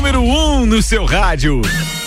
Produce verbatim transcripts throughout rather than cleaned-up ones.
número um no seu rádio.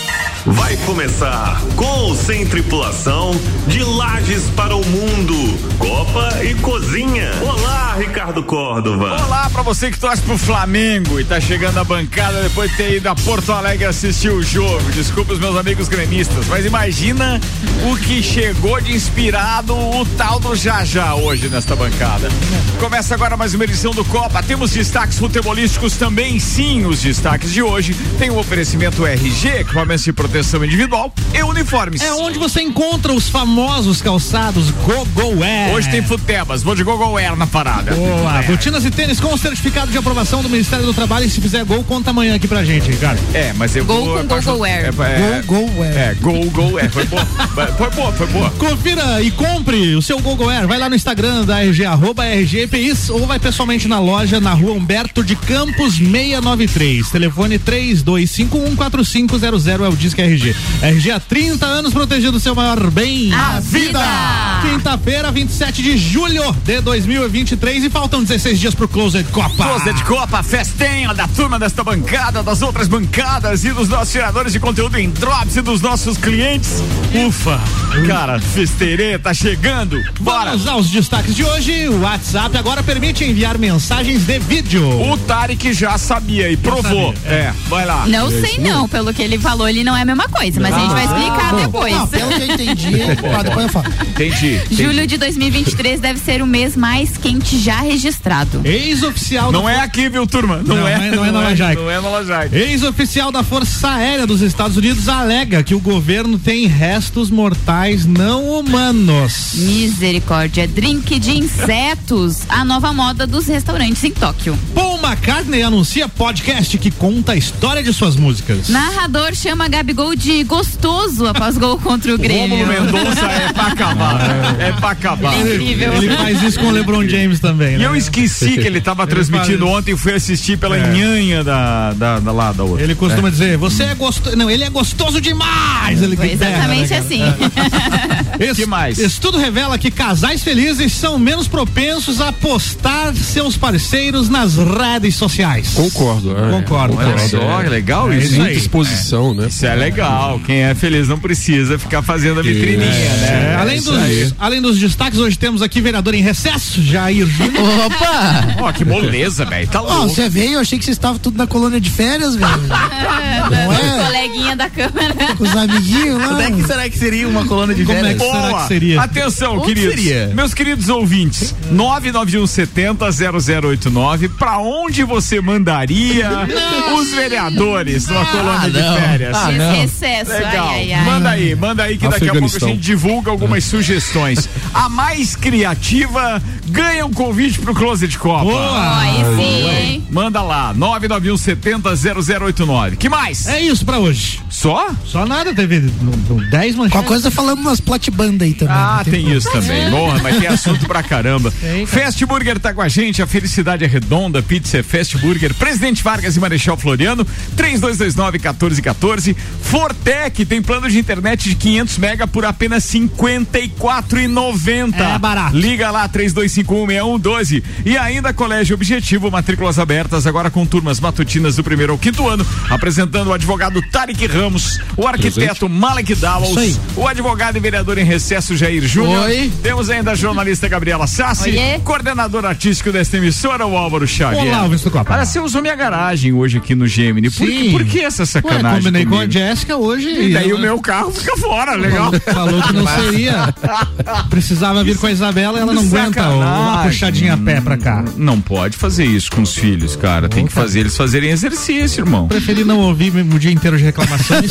Vai começar com ou sem tripulação de Lages para o mundo, Copa e Cozinha. Olá, Ricardo Córdova. Olá pra você que torce pro Flamengo e tá chegando à bancada depois de ter ido a Porto Alegre assistir o jogo. Desculpa os meus amigos gremistas, mas imagina o que chegou de inspirado o tal do Jajá hoje nesta bancada. Começa agora mais uma edição do Copa. Temos destaques futebolísticos também, sim. Os destaques de hoje tem o oferecimento R G, equipamentos de proteção individual e uniformes. É onde você encontra os famosos calçados Gogo Wear. Hoje tem futebas, vou de Gogo Wear na parada. Boa, é. botinas e tênis com certificado de aprovação do Ministério do Trabalho, e se fizer gol, conta amanhã aqui pra gente, Ricardo. É, mas eu gol vou... com Gogo Wear. É, é, Gogo Wear. É, Gol, Gol, é, foi boa, foi boa, foi boa. Confira e compre o seu Gogo Wear, vai lá no Instagram da R G, arroba R G P I S, ou vai pessoalmente na loja na rua Humberto de Campos seiscentos e noventa e três, telefone três dois cinco um quatro cinco zero zero, é o Disque R G. R G há trinta anos protegendo o seu maior bem, a vida. Quinta-feira, vinte e sete de julho de dois mil e vinte e três, e faltam dezesseis dias pro Closed Copa. Closed Copa, festinha da turma desta bancada, das outras bancadas e dos nossos tiradores de conteúdo em drops e dos nossos clientes. Ufa, cara, festeirê, tá chegando. Bora. Vamos aos destaques de hoje. O WhatsApp agora permite enviar mensagens de vídeo. O Tarek já sabia e provou. Sabia, é. é, vai lá. Não sei não, pelo que ele falou, ele não é a mesma coisa, mas ah, a gente vai explicar bom, depois. Não, pelo que eu entendi, ah, depois eu falo. Entendi, entendi. Julho de dois mil e vinte e três deve ser o mês mais quente já registrado. Ex-oficial Não da é for... aqui, viu, turma? Não, não é, é, não é, não é na Lajaica. Não é na Lajaica. Ex-oficial da Força Aérea dos Estados Unidos alega que o governo tem restos mortais não humanos. Misericórdia, drink de insetos, a nova moda dos restaurantes em Tóquio. Paul McCartney anuncia podcast que conta a história de suas músicas. Narrador chama Gabigol de gostoso após gol contra o Grêmio. Rômulo Mendonça é pra acabar. É pra acabar. É incrível. Ele faz isso com o LeBron James também, né? E eu esqueci que ele tava transmitindo faz... ontem e fui assistir pela é. nhanha da, da, da lá da outra. Ele costuma é. dizer, você é gostoso. Não, ele é gostoso demais. Ele Foi exatamente terra, né, assim. Es... que mais? Estudo revela que casais felizes são menos propensos a postar seus parceiros nas redes sociais. Concordo. É. Concordo. Olha concordo. só, é legal é isso. Muita exposição, é. né? Isso é legal. Quem é feliz não precisa ficar fazendo a vitrininha, é. né? É. Além, dos, além dos destaques, hoje temos aqui vereador em recesso, Jair Júnior. Opa! Ó, oh, que moleza, velho. Tá louco. Ó, você veio, eu achei que vocês estavam tudo na colônia de férias, velho. Não é? Coleguinha da câmera. Com os amiguinhos lá. Como é que será que seria uma colônia de Como férias? é que será Boa. que seria? Atenção, Onde queridos. seria? Meus queridos ouvintes, nove nove um setenta zero zero oito nove, pra onde você mandaria os vereadores numa colônia de não. férias? Ah, não. Recesso, Legal. ai, ai, ai. Manda aí, manda aí que daqui a pouco a Afeganistão. gente divulga algumas sugestões. A mais criativa ganha um convite pro Closet Copa. Boa. Aí sim, hein? Manda lá, nove nove um setenta zero zero oito nove. Que mais? É isso pra hoje. Só? Só nada, teve dez manchetes. Qualquer coisa falamos umas platbandas aí também. Ah, né? tem isso também. Boa, mas tem assunto pra caramba. Tem, cara. Fast Burger tá com a gente, a felicidade é redonda, pizza é Fast Burger, Presidente Vargas e Marechal Floriano, três dois dois nove um quatro um quatro. Fortec tem plano de internet de quinhentos mega por apenas cinquenta e quatro reais e noventa centavos. É barato. Liga lá, três dois cinco um, seis um um doze. E ainda Colégio Objetivo, matrículas abertas agora com turmas matutinas do primeiro ao quinto ano, apresentando o advogado Tarek Ramos, o arquiteto Malek Dawals, o advogado e vereador em recesso Jair Júnior. Oi. Temos ainda a jornalista Gabriela Sassi, Oiê. coordenador artístico desta emissora, o Álvaro Xavier. Olá, Augusto Copa. Olha, você usou minha garagem hoje aqui no Gemini. Por, que, Sim. por que essa Ué, sacanagem? combinei com a comigo? Jéssica hoje. E daí ela o meu carro fica fora, legal. Falou que não seria. Precisava vir com a Isabela e ela não aguenta ó, uma Sacanagem. puxadinha a pé pra cá. Não pode fazer isso com os filhos, cara. Tem que fazer eles fazerem exercício, irmão. Preferi não ouvir o dia inteiro de reclamações.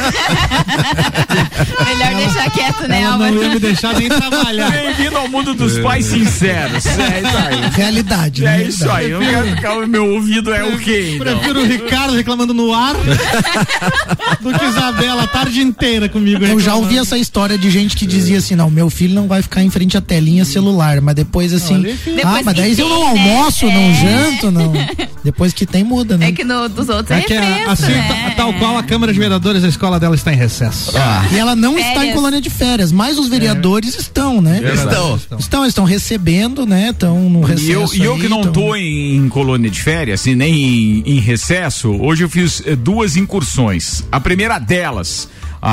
Melhor deixar quieto, né, Ela não Álvaro? ia me deixar nem trabalhar. Bem-vindo ao mundo dos pais sinceros. É isso aí. Realidade, né? É isso aí. Eu não quero ficar, o meu ouvido é o quê, então? Prefiro o Ricardo reclamando no ar do que Isabela a tarde inteira comigo. Eu já reclamando. ouvi essa história de gente que dizia assim, não, meu filho não vai ficar em frente à telinha celular, mas depois assim, Olha, ah, Depois mas daí que eu não tem, né? almoço, não É. janto, não. Depois que tem, muda, né? É que no, dos outros é, É que a, refresco, assim, né? ta- tal qual a Câmara de Vereadores, a escola dela está em recesso. Ah, E ela não está em Férias. colônia de férias, mas os vereadores estão, né? então, Estão, eles estão recebendo, né? Estão no recesso. E eu, e eu aí, que não tão- tô em, em colônia de férias e nem em, em recesso, hoje eu fiz eh, duas incursões. A primeira delas,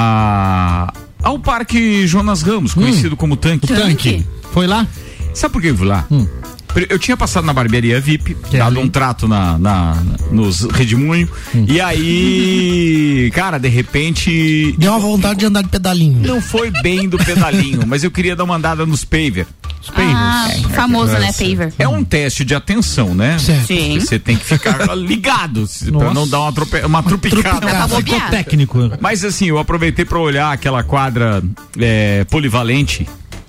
a, ao Parque Jonas Ramos, conhecido como Tanque. Tanque. Foi lá? Sabe por que eu fui lá? Eu tinha passado na barbearia V I P, Que dado ali? um trato na, na, nos Redemunho, e aí, cara, de repente, Deu uma vontade de andar de pedalinho. não foi bem do pedalinho, mas eu queria dar uma andada nos paver. Os pavers. Ah, famoso, né, paver. É um teste de atenção, né? Certo. Sim. Você tem que ficar ligado se- pra Nossa. não dar uma, trope, uma trupicada. Não tá Ficou bobeado. técnico. Mas assim, eu aproveitei pra olhar aquela quadra é, polivalente.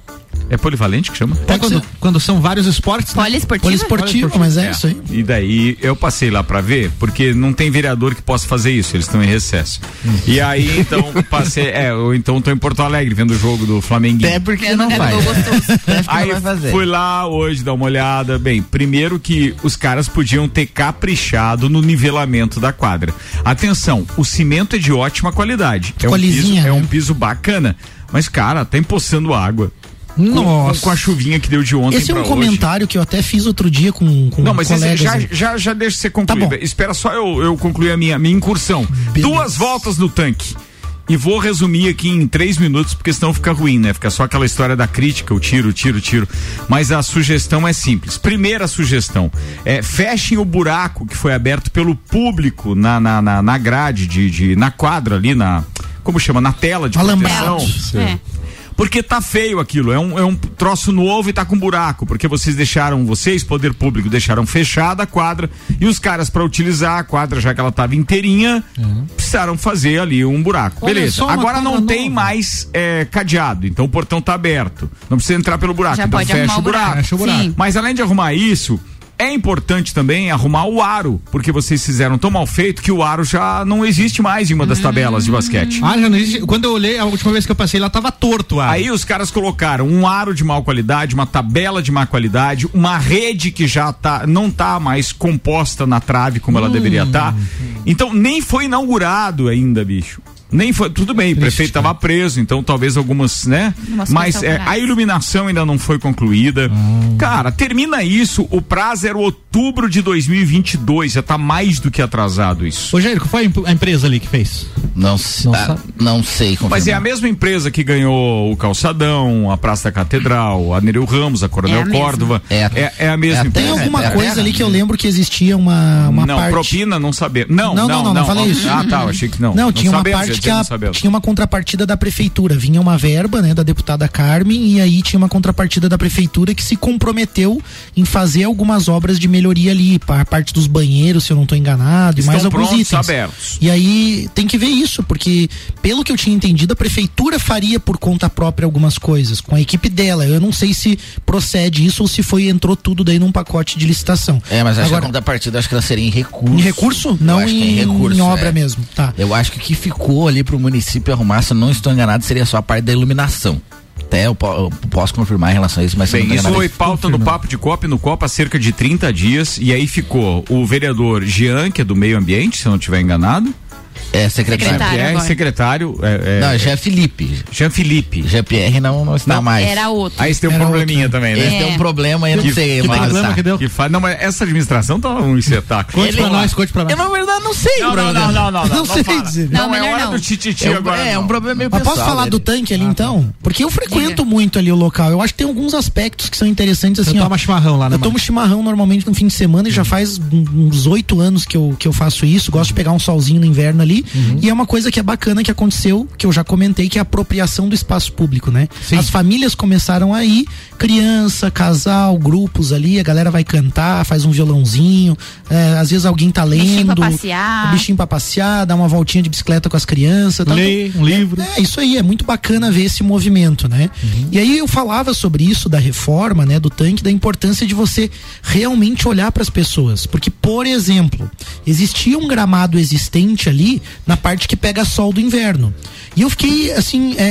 É polivalente que chama? É quando, quando são vários esportes, né? Poliesportiva? Poliesportivo, mas é, É. isso aí. E daí eu passei lá pra ver, porque não tem vereador que possa fazer isso, eles estão em recesso. E aí então passei, é, ou então tô em Porto Alegre vendo o jogo do Flamenguinho. até porque Eu não não faz. quero gostoso. Até porque Aí não vai fazer. fui lá hoje dar uma olhada. Bem, primeiro que os caras podiam ter caprichado no nivelamento da quadra. Atenção, o cimento é de ótima qualidade. É um, piso, Colizinha, é um né? piso bacana, mas cara, tá empoçando água. Com, Nossa. com a chuvinha que deu de ontem Esse é um pra hoje. comentário que eu até fiz outro dia com, com Não, mas esse colegas. já, aí. já, já deixa você concluir. Tá bom. Espera só eu, eu concluir a minha, minha incursão. Beleza. Duas voltas no tanque. E vou resumir aqui em três minutos, porque senão fica ruim, né? Fica só aquela história da crítica, o tiro, tiro, tiro. Mas a sugestão é simples. Primeira sugestão, é fechem o buraco que foi aberto pelo público na, na, na, na grade, de, de, na quadra ali, na, como chama? Na tela de Alambrado. proteção. É. Porque tá feio aquilo, é um, é um troço novo e tá com buraco, porque vocês deixaram, vocês, poder público, deixaram fechada a quadra e os caras, pra utilizar a quadra, já que ela tava inteirinha, precisaram fazer ali um buraco. Olha Beleza, só, uma agora quadra não tem nova. mais é, cadeado, então o portão tá aberto, não precisa entrar pelo buraco, Já então pode fecha arrumar o buraco. Fecha o buraco. Sim. Mas além de arrumar isso, é importante também arrumar o aro, porque vocês fizeram tão mal feito que o aro já não existe mais em uma das tabelas de basquete. Ah, já não existe. Quando eu olhei, a última vez que eu passei lá, tava torto. Ah. Aí os caras colocaram um aro de má qualidade, uma tabela de má qualidade, uma rede que já tá, não tá mais composta na trave como ela deveria estar. Então nem foi inaugurado ainda, bicho. Nem foi, tudo bem, o prefeito estava preso, então talvez algumas, né? Umas Mas coisas é, a alteradas. iluminação ainda não foi concluída. Cara, termina isso, o prazo era outubro de dois mil e vinte e dois, já tá mais do que atrasado isso. Ô, Jair, qual foi a imp- a empresa ali que fez? Não, se- Não ah, sabe? não sei confirmar. Mas é a mesma empresa que ganhou o Calçadão, a Praça da Catedral, a Nereu Ramos, a Coronel É a mesma. Córdova. É a- É, é a mesma é a Tem empresa. alguma é, é, coisa é, ali que eu lembro que existia uma, uma não, parte. propina, não saber. Não, Não, não, não, não, não falei isso. Ah, tá, eu achei que não. Não, tinha uma sabemos, parte ia que dizer, a- não sabemos. tinha uma contrapartida da prefeitura. Vinha uma verba, né, da deputada Carmen, e aí tinha uma contrapartida da prefeitura que se comprometeu em fazer algumas obras de melhoria ali, a parte dos banheiros, se eu não estou enganado, e Estão mais alguns prontos, itens. abertos. E aí tem que ver isso, porque pelo que eu tinha entendido, a prefeitura faria por conta própria algumas coisas, com a equipe dela. Eu não sei se procede isso ou se foi entrou tudo daí num pacote de licitação. É, mas acho Agora, que a contrapartida acho que ela seria em recurso. em recurso? Eu Não acho que é em, recurso, em obra é. mesmo. Tá. Eu acho que o que ficou ali pro município arrumar, se eu não estou enganado, seria só a parte da iluminação. Até eu, po- eu posso confirmar em relação a isso, mas se eu Bem, não isso estou foi enganado. pauta no Papo de Copa e no Copa há cerca de trinta dias, e aí ficou o vereador Jean, que é do meio ambiente, se eu não estiver enganado. É, secretário. Secretário. É, agora. secretário. É, é, Não, já é Felipe. Jean Felipe. Jean Pierre não, não está Não, mais. Era outro. Aí você tem um Era probleminha outro. também, Esse né? É. tem um problema, eu não Que- sei, que mas problema tá. que deu? Que faz, não, mas essa administração tá um espetáculo. Conte pra nós, conte pra nós. Eu, na verdade, não sei, Não, não, Bruno. não, não, não, Não sei fala. dizer. Não, Não, é melhor hora não. do tititi É um, agora. é não. um problema meio Mas pessoal. posso falar dele. do tanque ali então? Porque eu frequento muito ali o local. Eu acho que tem alguns aspectos que são interessantes assim. Você ó. toma chimarrão lá, né, Eu tomo mano? chimarrão normalmente no fim de semana e já faz um- uns oito anos que eu, que eu faço isso. Gosto de pegar um solzinho no inverno ali. E é uma coisa que é bacana que aconteceu, que eu já comentei, que é a apropriação do espaço público, né? Sim. As famílias começaram a ir, criança, casal, grupos ali, a galera vai cantar, faz um violãozinho, é, às vezes alguém tá lendo. Bichinho pra passear. o bichinho pra passear, dar uma voltinha de bicicleta com as crianças. tal. Lê um livro. É, isso aí, é muito bacana ver esse movimento, né? E aí eu falava sobre isso da reforma, né, do tanque, da importância de você realmente olhar para as pessoas, porque, por exemplo, existia um gramado existente ali na parte que pega sol do inverno. E eu fiquei, assim, é,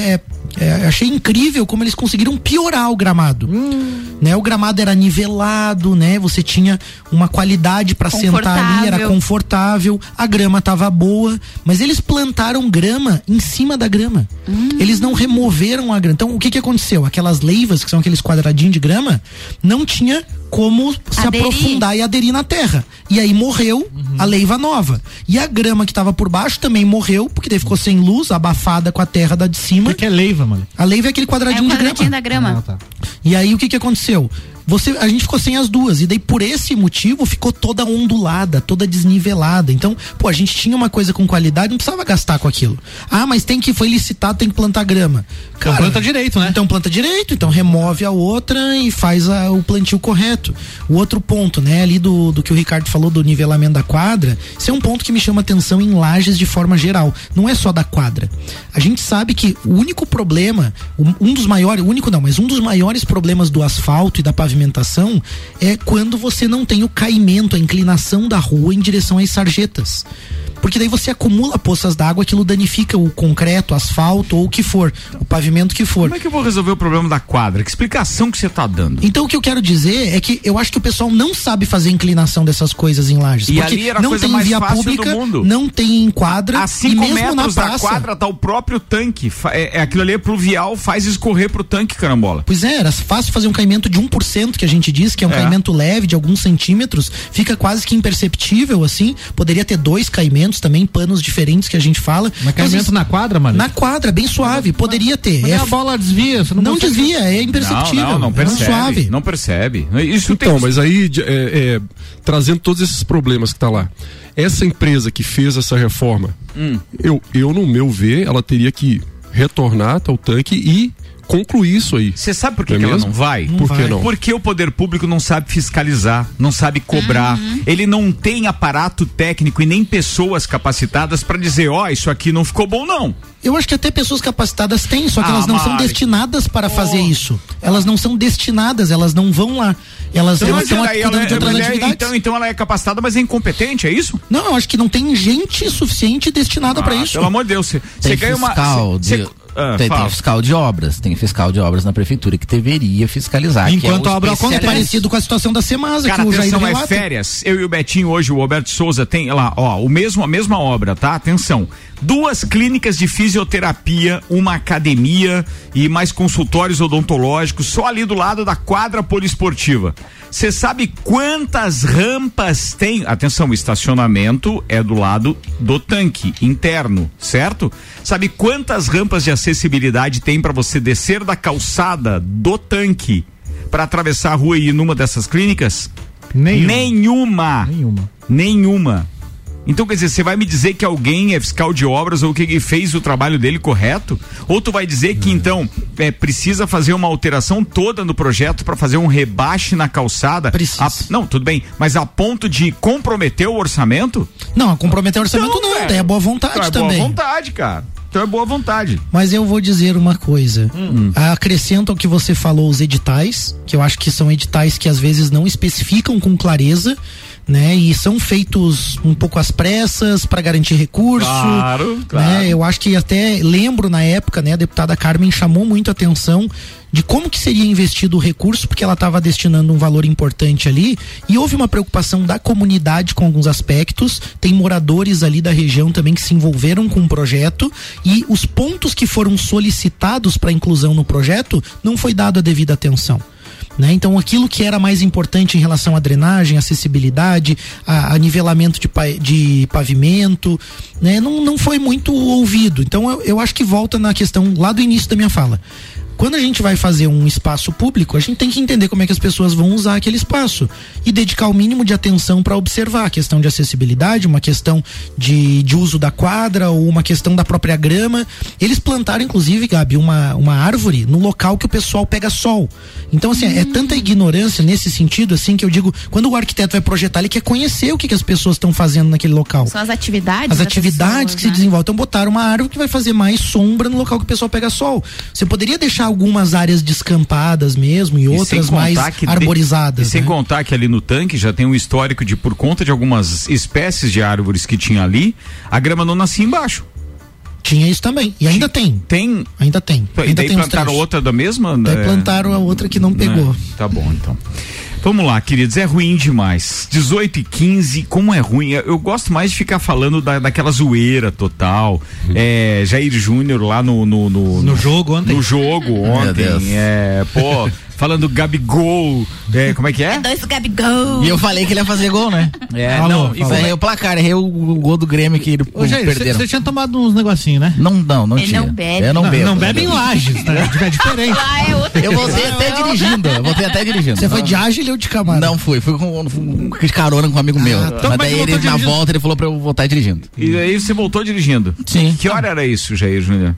É, achei incrível como eles conseguiram piorar o gramado. Hum. Né? O gramado era nivelado, né? Você tinha uma qualidade para sentar ali, era confortável, a grama tava boa, mas eles plantaram grama em cima da grama. Hum. Eles não removeram a grama. Então, o que que aconteceu? Aquelas leivas, que são aqueles quadradinhos de grama, não tinha como se aderir. aprofundar e aderir na terra. E aí morreu uhum. a leiva nova. E a grama que estava por baixo também morreu, porque daí ficou sem luz, abafada com a terra da de cima. O que é leiva, mano? A leiva é aquele quadradinho, é o quadradinho de grama. da grama. Ah, tá. E aí o que que aconteceu? Você, a gente ficou sem as duas, e daí por esse motivo ficou toda ondulada, toda desnivelada. Então, pô, a gente tinha uma coisa com qualidade, não precisava gastar com aquilo. Ah, mas tem que, foi licitado, tem que plantar grama. Cara, então planta direito, né? Então planta direito, então remove a outra e faz a, o plantio correto. O outro ponto, né, ali do, do que o Ricardo falou do nivelamento da quadra, isso é um ponto que me chama atenção em Lages de forma geral, não é só da quadra. A gente sabe que o único problema, um dos maiores, único não, mas um dos maiores problemas do asfalto e da pavimentação é quando você não tem o caimento, a inclinação da rua em direção às sarjetas. Porque daí você acumula poças d'água, aquilo danifica o concreto, o asfalto ou o que for, o pavimento que for. Como é que eu vou resolver o problema da quadra? Que explicação que você tá dando? Então o que eu quero dizer é que eu acho que o pessoal não sabe fazer inclinação dessas coisas em Lages. E porque ali era a não coisa tem mais via fácil pública, do mundo. Não tem quadra. A cinco e mesmo metros na da praça, quadra tá o próprio tanque. É, é aquilo ali é pluvial, faz escorrer pro tanque, carambola. Pois é, era fácil fazer um caimento de um por cento, que a gente diz, que é um é. caimento leve, de alguns centímetros, fica quase que imperceptível, assim. Poderia ter dois caimentos também, panos diferentes que a gente fala. Mas caimento na quadra, mano? Na quadra, bem suave, poderia ter. Mas é, a bola desvia, você não, não consegue... desvia, é imperceptível. Não, não, não percebe. É suave. Não percebe. Isso então, tem... mas aí, é, é, trazendo todos esses problemas que tá lá, essa empresa que fez essa reforma, hum. eu, eu, no meu ver, ela teria que retornar até o tanque e concluir isso aí. Você sabe por que, é que ela não vai? Não por que vai. não? Porque o poder público não sabe fiscalizar, não sabe cobrar. Uhum. Ele não tem aparato técnico e nem pessoas capacitadas para dizer, ó, oh, isso aqui não ficou bom não. Eu acho que até pessoas capacitadas têm, só que ah, elas não Mari. são destinadas para oh. fazer isso. Elas não são destinadas, elas não vão lá. Elas então, estão cuidando ela, de outras ela, atividades. Então, então ela é capacitada, mas é incompetente, é isso? Não, eu acho que não tem gente suficiente destinada ah, para isso. Pelo amor de Deus, você ganha uma... Cê, de... cê, Ah, tem, tem fiscal de obras, tem fiscal de obras na prefeitura que deveria fiscalizar. Enquanto que é a obra acontece. Parecido com a situação da Semasa, cara, que o Jair é férias. Eu e o Betinho hoje, o Roberto Souza tem lá, ó, o mesmo, a mesma obra, tá? Atenção. Duas clínicas de fisioterapia, uma academia e mais consultórios odontológicos, só ali do lado da quadra poliesportiva. Você sabe quantas rampas tem? Atenção, o estacionamento é do lado do tanque interno, certo? Sabe quantas rampas de acessibilidade tem para você descer da calçada do tanque para atravessar a rua e ir numa dessas clínicas? Nenhuma. Nenhuma. Nenhuma. Nenhuma. Então, quer dizer, você vai me dizer que alguém é fiscal de obras ou que fez o trabalho dele correto? Ou tu vai dizer que, então, é, precisa fazer uma alteração toda no projeto para fazer um rebaixe na calçada? Precisa. A, não, tudo bem, mas a ponto de comprometer o orçamento? Não, comprometer o orçamento então, não, daí é boa vontade então é também. É boa vontade, cara. Então é boa vontade. Mas eu vou dizer uma coisa. Hum. Acrescento ao que você falou os editais, que eu acho que são editais que às vezes não especificam com clareza, né? E são feitos um pouco às pressas para garantir recurso. Claro, claro. Né? Eu acho que até lembro na época, né? A deputada Carmen chamou muito a atenção de como que seria investido o recurso, porque ela estava destinando um valor importante ali, e houve uma preocupação da comunidade com alguns aspectos. Tem moradores ali da região também que se envolveram com o projeto, e os pontos que foram solicitados para inclusão no projeto não foi dado a devida atenção. Né? Então aquilo que era mais importante em relação à drenagem, acessibilidade, a, a nivelamento de, pa, de pavimento, né? não, não foi muito ouvido. Então eu, eu acho que volta na questão lá do início da minha fala. Quando a gente vai fazer um espaço público, a gente tem que entender como é que as pessoas vão usar aquele espaço e dedicar o mínimo de atenção para observar a questão de acessibilidade, uma questão de, de uso da quadra ou uma questão da própria grama. Eles plantaram, inclusive, Gabi, uma, uma árvore no local que o pessoal pega sol. Então, assim, hum. é tanta ignorância nesse sentido, assim, que eu digo, quando o arquiteto vai projetar, ele quer conhecer o que, que as pessoas estão fazendo naquele local. São as atividades. As atividades pessoa, que né? se desenvolvem. Então, botaram uma árvore que vai fazer mais sombra no local que o pessoal pega sol. Você poderia deixar algumas áreas descampadas mesmo e, e outras mais arborizadas. De, e sem né? contar que ali no tanque já tem um histórico de, por conta de algumas espécies de árvores que tinha ali, a grama não nascia embaixo. Tinha isso também. E ainda tem. Tem? Ainda tem. E ainda daí tem plantaram outra da mesma? Daí é... plantaram a outra que não pegou. É, tá bom, então. Vamos lá, queridos, é ruim demais. dezoito e quinze, como é ruim. Eu gosto mais de ficar falando da, daquela zoeira total. É, Jair Júnior lá no no, no. No jogo ontem. No jogo ontem. É, pô. Falando Gabigol, é, como é que é? É dois Gabigol. E eu falei que ele ia fazer gol, né? É, Falou, não, e falou. Errei o placar, errei o, o gol do Grêmio que ele Ô, Jair, perderam. você tinha tomado uns negocinhos, né? Não, não, não Ele tinha. não bebe. Eu não, Não, bebo. não bebe em Lages, tá? É diferente. Lá é outra. Eu voltei até dirigindo, eu voltei até dirigindo. Você foi de Ágil ou de Camaro? Não fui, fui com, com, com carona com um amigo meu. então Mas como é daí que ele, voltou na dirigindo? volta, ele falou pra eu voltar dirigindo. E aí você voltou dirigindo? Sim. Que hora era isso, Jair Júnior?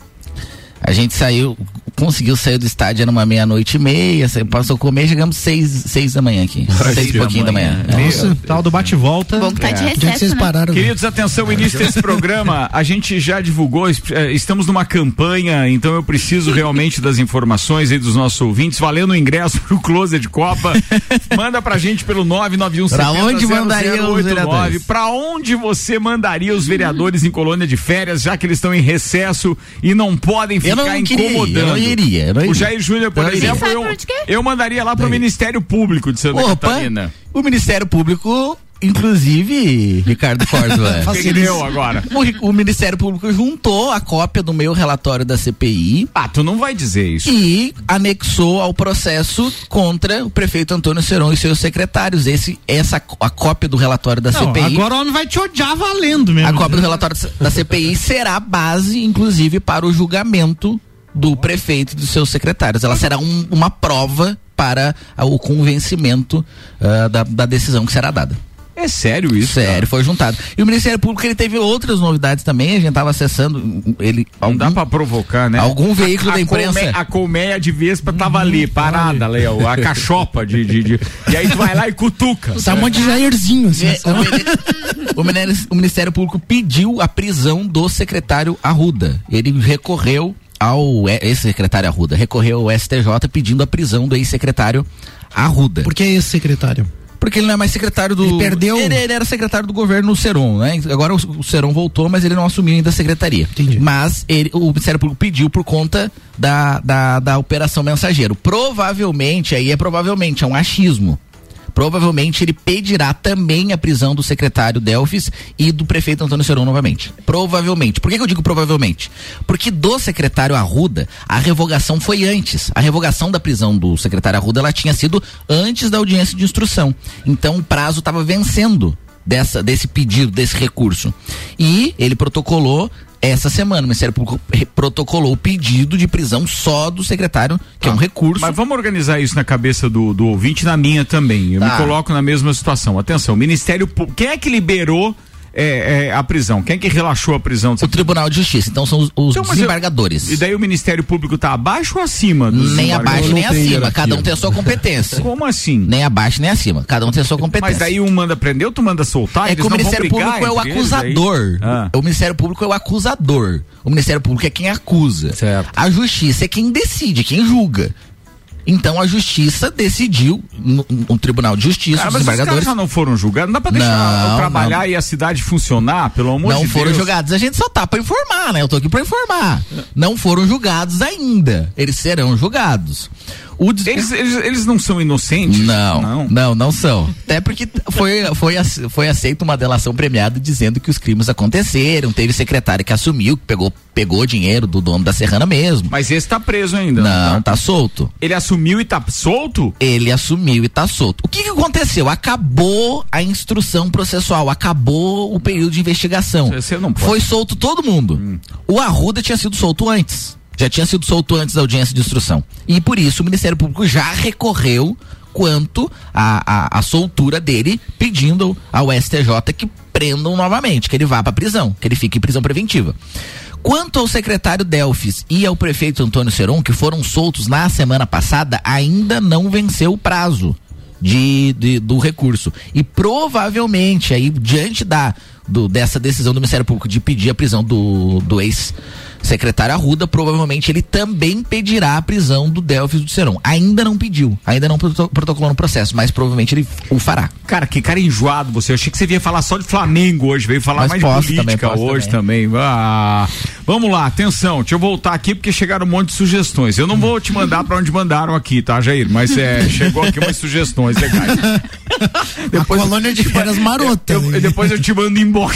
A gente saiu, conseguiu sair do estádio, era uma meia-noite e meia, passou a comer, chegamos seis, seis da manhã aqui. Ai, seis e que pouquinho da manhã. É. Nossa, tal do bate-volta. Bom que tá de Onde é que recesso, vocês né? pararam? Queridos, atenção, início desse programa, a gente já divulgou, eh, estamos numa campanha, então eu preciso realmente das informações aí dos nossos ouvintes, valendo o ingresso pro Closet de Copa, manda pra gente pelo nove nove um Pra onde mandaria os nove. vereadores? Pra onde você mandaria os vereadores em colônia de férias, já que eles estão em recesso e não podem Eu ficar não queria ir, incomodando? eu não iria, eu não O iria. Jair Júnior, por Eu não iria. exemplo, Sabe eu, por onde que é? eu mandaria lá pro Ministério Público de Santa Opa, Catarina. o Ministério Público, inclusive, Ricardo Córdova. O que que deu agora? O, o Ministério Público juntou a cópia do meu relatório da C P I Ah, tu não vai dizer isso. e anexou ao processo contra o prefeito Antônio Seron e seus secretários. Esse, essa, a cópia do relatório da Não, C P I. agora o homem vai te odiar valendo mesmo. A cópia do relatório da C P I será base, inclusive, para o julgamento do prefeito e dos seus secretários. Ela será um, uma prova para a, o convencimento uh, da, da decisão que será dada. É sério isso? Sério, cara? foi juntado. E o Ministério Público, ele teve outras novidades também, a gente estava acessando, ele... Não algum, dá pra provocar, né? algum veículo a, da a imprensa... colme- a colmeia de Vespa tava ali, parada, Léo, a cachopa de, de, de... E aí tu vai lá e cutuca. Tá um monte de Jairzinho, assim. É, o, mini- o Ministério, o Ministério Público pediu a prisão do secretário Arruda. Ele recorreu ao ex-secretário Arruda, recorreu ao S T J pedindo a prisão do ex-secretário Arruda. Por que esse secretário? Porque ele não é mais secretário do... Ele perdeu? Ele, ele era secretário do governo no Seron, né? Agora o, o Seron voltou, mas ele não assumiu ainda a secretaria. Entendi. Mas ele, o Ministério Público pediu por conta da, da, da Operação Mensageiro. Provavelmente, aí é provavelmente, é um achismo. Provavelmente ele pedirá também a prisão do secretário Delfis e do prefeito Antônio Seron novamente. Provavelmente. Por que, que eu digo provavelmente? Porque do secretário Arruda, a revogação foi antes. A revogação da prisão do secretário Arruda, ela tinha sido antes da audiência de instrução. Então o prazo estava vencendo dessa, desse pedido, desse recurso. E ele protocolou essa semana, o Ministério Público protocolou o pedido de prisão só do secretário, que ah, é um recurso. Mas vamos organizar isso na cabeça do, do ouvinte, na minha também. Eu tá. me coloco na mesma situação. Atenção, Ministério Público. Quem é que liberou é, é, a prisão? Quem é que relaxou a prisão? O Tribunal de Justiça. Então são os, os então, desembargadores. Eu, e daí o Ministério Público tá abaixo ou acima dos Nem abaixo nem acima. Hierarquia. Cada um tem a sua competência. Como assim? Nem abaixo nem acima. Cada um tem a sua competência. Mas daí um manda prender, outro manda soltar. É que o Ministério Público é o acusador. Ah. O Ministério Público é o acusador. O Ministério Público é quem acusa. Certo. A Justiça é quem decide, quem julga. Então a Justiça decidiu, no, no Tribunal de Justiça, cara, os mas desembargadores... os caras já não foram julgados? Não dá pra deixar não, trabalhar não. e a cidade funcionar, pelo amor não de Deus? Não foram julgados. A gente só tá pra informar, né? Eu tô aqui pra informar. Não foram julgados ainda. Eles serão julgados. O des... eles, eles, eles não são inocentes? Não, não, não, não são. Até porque foi, foi, foi aceita uma delação premiada dizendo que os crimes aconteceram. Teve secretário que assumiu, que pegou, pegou dinheiro do dono da Serrana mesmo. Mas esse tá preso ainda. Não, não tá? tá solto. Ele assumiu e tá solto? Ele assumiu e tá solto. O que que aconteceu? Acabou a instrução processual, acabou o período de investigação. Você não pode. Foi solto todo mundo. Hum. O Arruda tinha sido solto antes. Já tinha sido solto antes da audiência de instrução. E por isso o Ministério Público já recorreu quanto à, à, à soltura dele, pedindo ao S T J que prendam novamente, que ele vá para prisão, que ele fique em prisão preventiva. Quanto ao secretário Delfis e ao prefeito Antônio Seron, que foram soltos na semana passada, ainda não venceu o prazo de, de, do recurso. E provavelmente, aí, diante da do, dessa decisão do Ministério Público de pedir a prisão do, do ex-secretário Arruda, provavelmente ele também pedirá a prisão do Delfis do Seron. Ainda não pediu, ainda não protocolou no processo, mas provavelmente ele o fará. Cara, que cara enjoado você. Eu achei que você ia falar só de Flamengo hoje, veio falar mas mais de política também, hoje também. também. Ah, vamos lá, atenção, deixa eu voltar aqui porque chegaram um monte de sugestões. Eu não vou te mandar pra onde mandaram aqui, tá, Jair? Mas é, chegou aqui umas sugestões legais. Depois, a colônia de férias marota. Eu, eu, depois eu te mando inbox.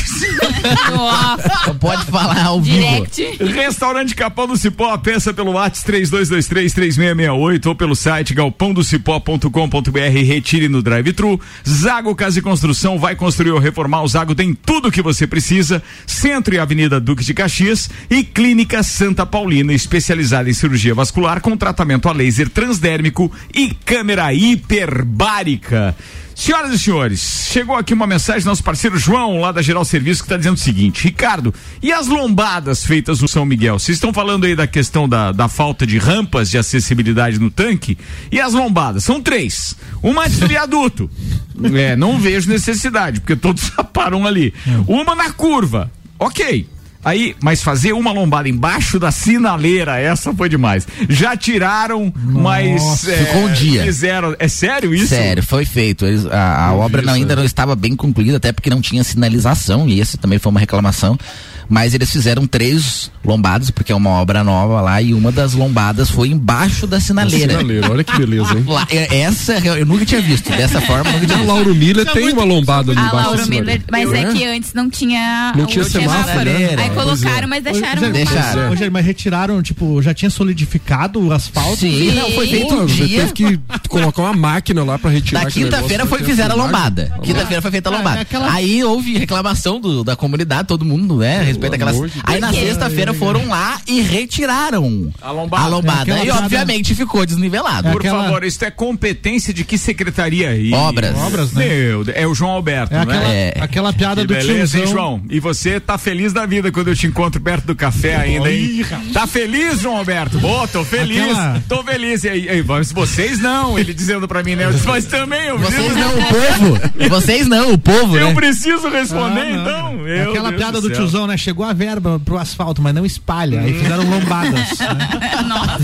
Nossa, pode falar ao vivo. Restaurante Capão do Cipó, peça pelo WhatsApp três dois dois três, três seis seis oito ou pelo site galpão do cipó ponto com ponto br e retire no drive-thru. Zago Casa e Construção, vai construir ou reformar, o Zago tem tudo o que você precisa. Centro e Avenida Duque de Caxias e Clínica Santa Paulina, especializada em cirurgia vascular com tratamento a laser transdérmico e câmera hiperbárica. Senhoras e senhores, chegou aqui uma mensagem do nosso parceiro João, lá da Geral Serviço, que está dizendo o seguinte: Ricardo, e as lombadas feitas no São Miguel? Vocês estão falando aí da questão da, da falta de rampas de acessibilidade no tanque? E as lombadas? São três. Uma antes do viaduto. É, não vejo necessidade, porque todos param ali. Uma na curva. Ok. Aí, mas fazer uma lombada embaixo da sinaleira, essa foi demais. Já tiraram, Nossa, mas é, ficou um dia. Fizeram. É sério isso? Sério, foi feito. Eles, a a obra não, ainda não estava bem concluída, até porque não tinha sinalização, e essa também foi uma reclamação. Mas eles fizeram três lombadas, porque é uma obra nova lá, e uma das lombadas foi embaixo da sinaleira. sinaleira olha que beleza, hein? Lá, essa eu nunca tinha visto, dessa forma. Nunca tinha visto. A Lauro Miller tem uma lombada ali embaixo. A Lauro Miller, mas é que antes não tinha. Não tinha semáforo, né? Aí colocaram, é. mas deixaram. Ô, deixaram. Ô, mas retiraram, tipo, já tinha solidificado o asfalto? Sim, não, foi feito um dia. Teve que colocar uma máquina lá pra retirar. Na quinta-feira foi fizeram a lombada. Quinta-feira foi feita a lombada. É, aquela... Aí houve reclamação do, da comunidade, todo mundo, né, a respeito daquelas. Aí na sexta-feira foram lá e retiraram a lombada. A lombada. É e obviamente piada... ficou desnivelado. É Por aquela... favor, isso é competência de que secretaria aí? Obras. Obras, né? Meu, é o João Alberto, é aquela, né? É. Aquela piada que do beleza, tiozão. Hein, João? E você tá feliz da vida quando eu te encontro perto do café ainda, hein? Tá feliz, João Alberto? Boa, tô feliz. Aquela... Tô feliz. E aí, mas vocês não, ele dizendo pra mim, né? Eu disse, mas também eu Vocês não, o povo. Vocês não, o povo, eu né? Eu preciso responder, ah, então. Meu aquela Deus piada do, do tiozão, né? Chegou a verba pro asfalto, mas não espalha. Aí fizeram lombadas. Né? Nossa.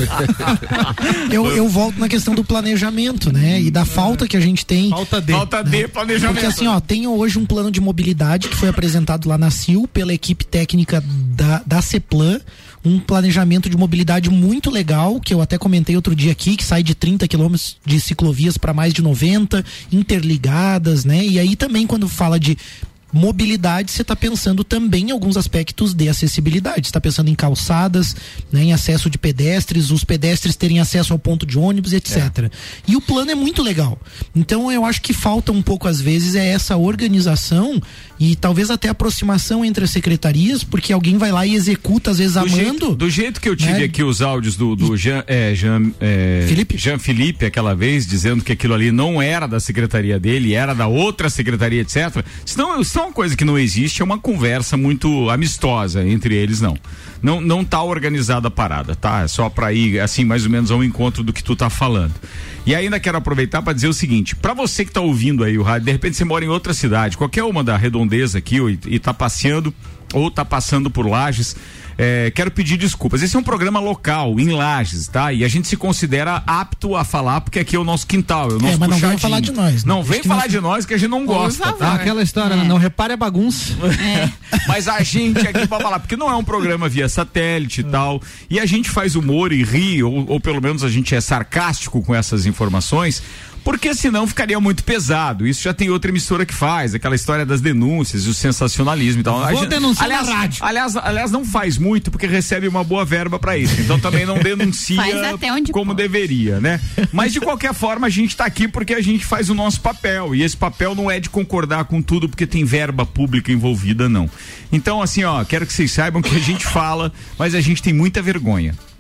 eu, eu volto na questão do planejamento, né? E da falta que a gente tem. Falta de. Falta de né? planejamento. Porque assim, ó, tem hoje um plano de mobilidade que foi apresentado lá na C I L pela equipe técnica da, da CEPLAN. Um planejamento de mobilidade muito legal, que eu até comentei outro dia aqui, que sai de trinta quilômetros de ciclovias para mais de noventa, interligadas, né? E aí também quando fala de mobilidade, você está pensando também em alguns aspectos de acessibilidade. Você está pensando em calçadas, né, em acesso de pedestres, os pedestres terem acesso ao ponto de ônibus, etcétera. É. E o plano é muito legal. Então eu acho que falta um pouco às vezes é essa organização e talvez até aproximação entre as secretarias, porque alguém vai lá e executa às vezes do amando. Jeito, do jeito que eu tive né? aqui os áudios do, do Jean, é, Jean, é, Felipe? Jean Felipe aquela vez, dizendo que aquilo ali não era da secretaria dele, era da outra secretaria, etcétera. Senão, senão uma coisa que não existe é uma conversa muito amistosa entre eles, não. Não, não tá organizada a parada, tá? É só pra ir, assim, mais ou menos ao encontro do que tu tá falando. E ainda quero aproveitar para dizer o seguinte, pra você que tá ouvindo aí o rádio, de repente você mora em outra cidade, qualquer uma da redondeza aqui, ou, e tá passeando, ou tá passando por Lages, É, quero pedir desculpas. Esse é um programa local, em Lages, tá? E a gente se considera apto a falar, porque aqui é o nosso quintal, é o nosso é, mas não puxadinho. vem falar de nós. Né? Não vem falar de nós, que a gente não gosta, tá? Ah, aquela história, é. não repare a bagunça. É. Mas a gente aqui pra falar, porque não é um programa via satélite e tal, e a gente faz humor e ri, ou, ou pelo menos a gente é sarcástico com essas informações, porque senão ficaria muito pesado. Isso já tem outra emissora que faz, aquela história das denúncias e o sensacionalismo e tal. Vou gente, denunciar aliás, na rádio. Aliás, aliás, não faz muito porque recebe uma boa verba pra isso. Então também não denuncia como pode. deveria, né? Mas de qualquer forma a gente tá aqui porque a gente faz o nosso papel. E esse papel não é de concordar com tudo porque tem verba pública envolvida, não. Então assim, ó, quero que vocês saibam que a gente fala, mas a gente tem muita vergonha.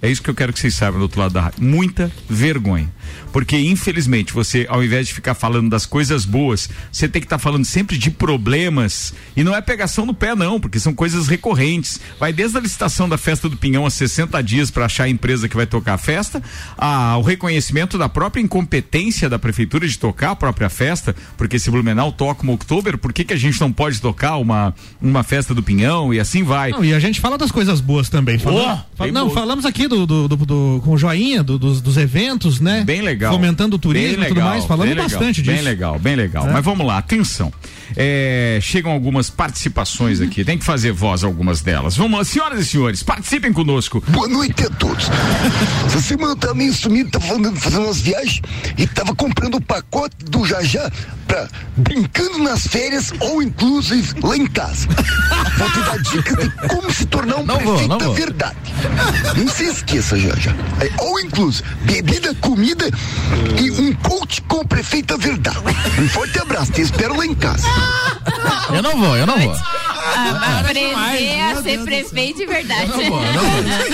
É isso que eu quero que vocês saibam do outro lado da rádio. Muita vergonha. Porque, infelizmente, você, ao invés de ficar falando das coisas boas, você tem que estar tá falando sempre de problemas. E não é pegação no pé, não, porque são coisas recorrentes. Vai desde a licitação da festa do Pinhão a sessenta dias para achar a empresa que vai tocar a festa, ao reconhecimento da própria incompetência da prefeitura de tocar a própria festa, porque se Blumenau toca uma Oktober, por que que a gente não pode tocar uma, uma festa do Pinhão? E assim vai. Não, e a gente fala das coisas boas também. Fala, oh, fala, não, boa. falamos aqui do, do, do, do com o joinha, do, dos, dos eventos, né? Bem legal. Fomentando o turismo e tudo mais, falando bastante disso. Bem legal, bem legal. É. Mas vamos lá, atenção. É, chegam algumas participações aqui, tem que fazer voz algumas delas. Vamos lá, senhoras e senhores, participem conosco. Boa noite a todos. Essa semana eu tava meio sumido, tava fazendo, fazendo umas viagens e tava comprando o pacote do Jajá pra brincando nas férias ou inclusive lá em casa. Vou te dar dica de como se tornar um não prefeito vou, não da vou. verdade. Não se esqueça, Jajá. É, ou inclusive bebida, comida e um coach com o prefeito da verdade. Um forte abraço, te espero lá em casa. Eu não vou, eu não vou. Ah, aprender a ser prefeito de verdade. Eu não vou, eu não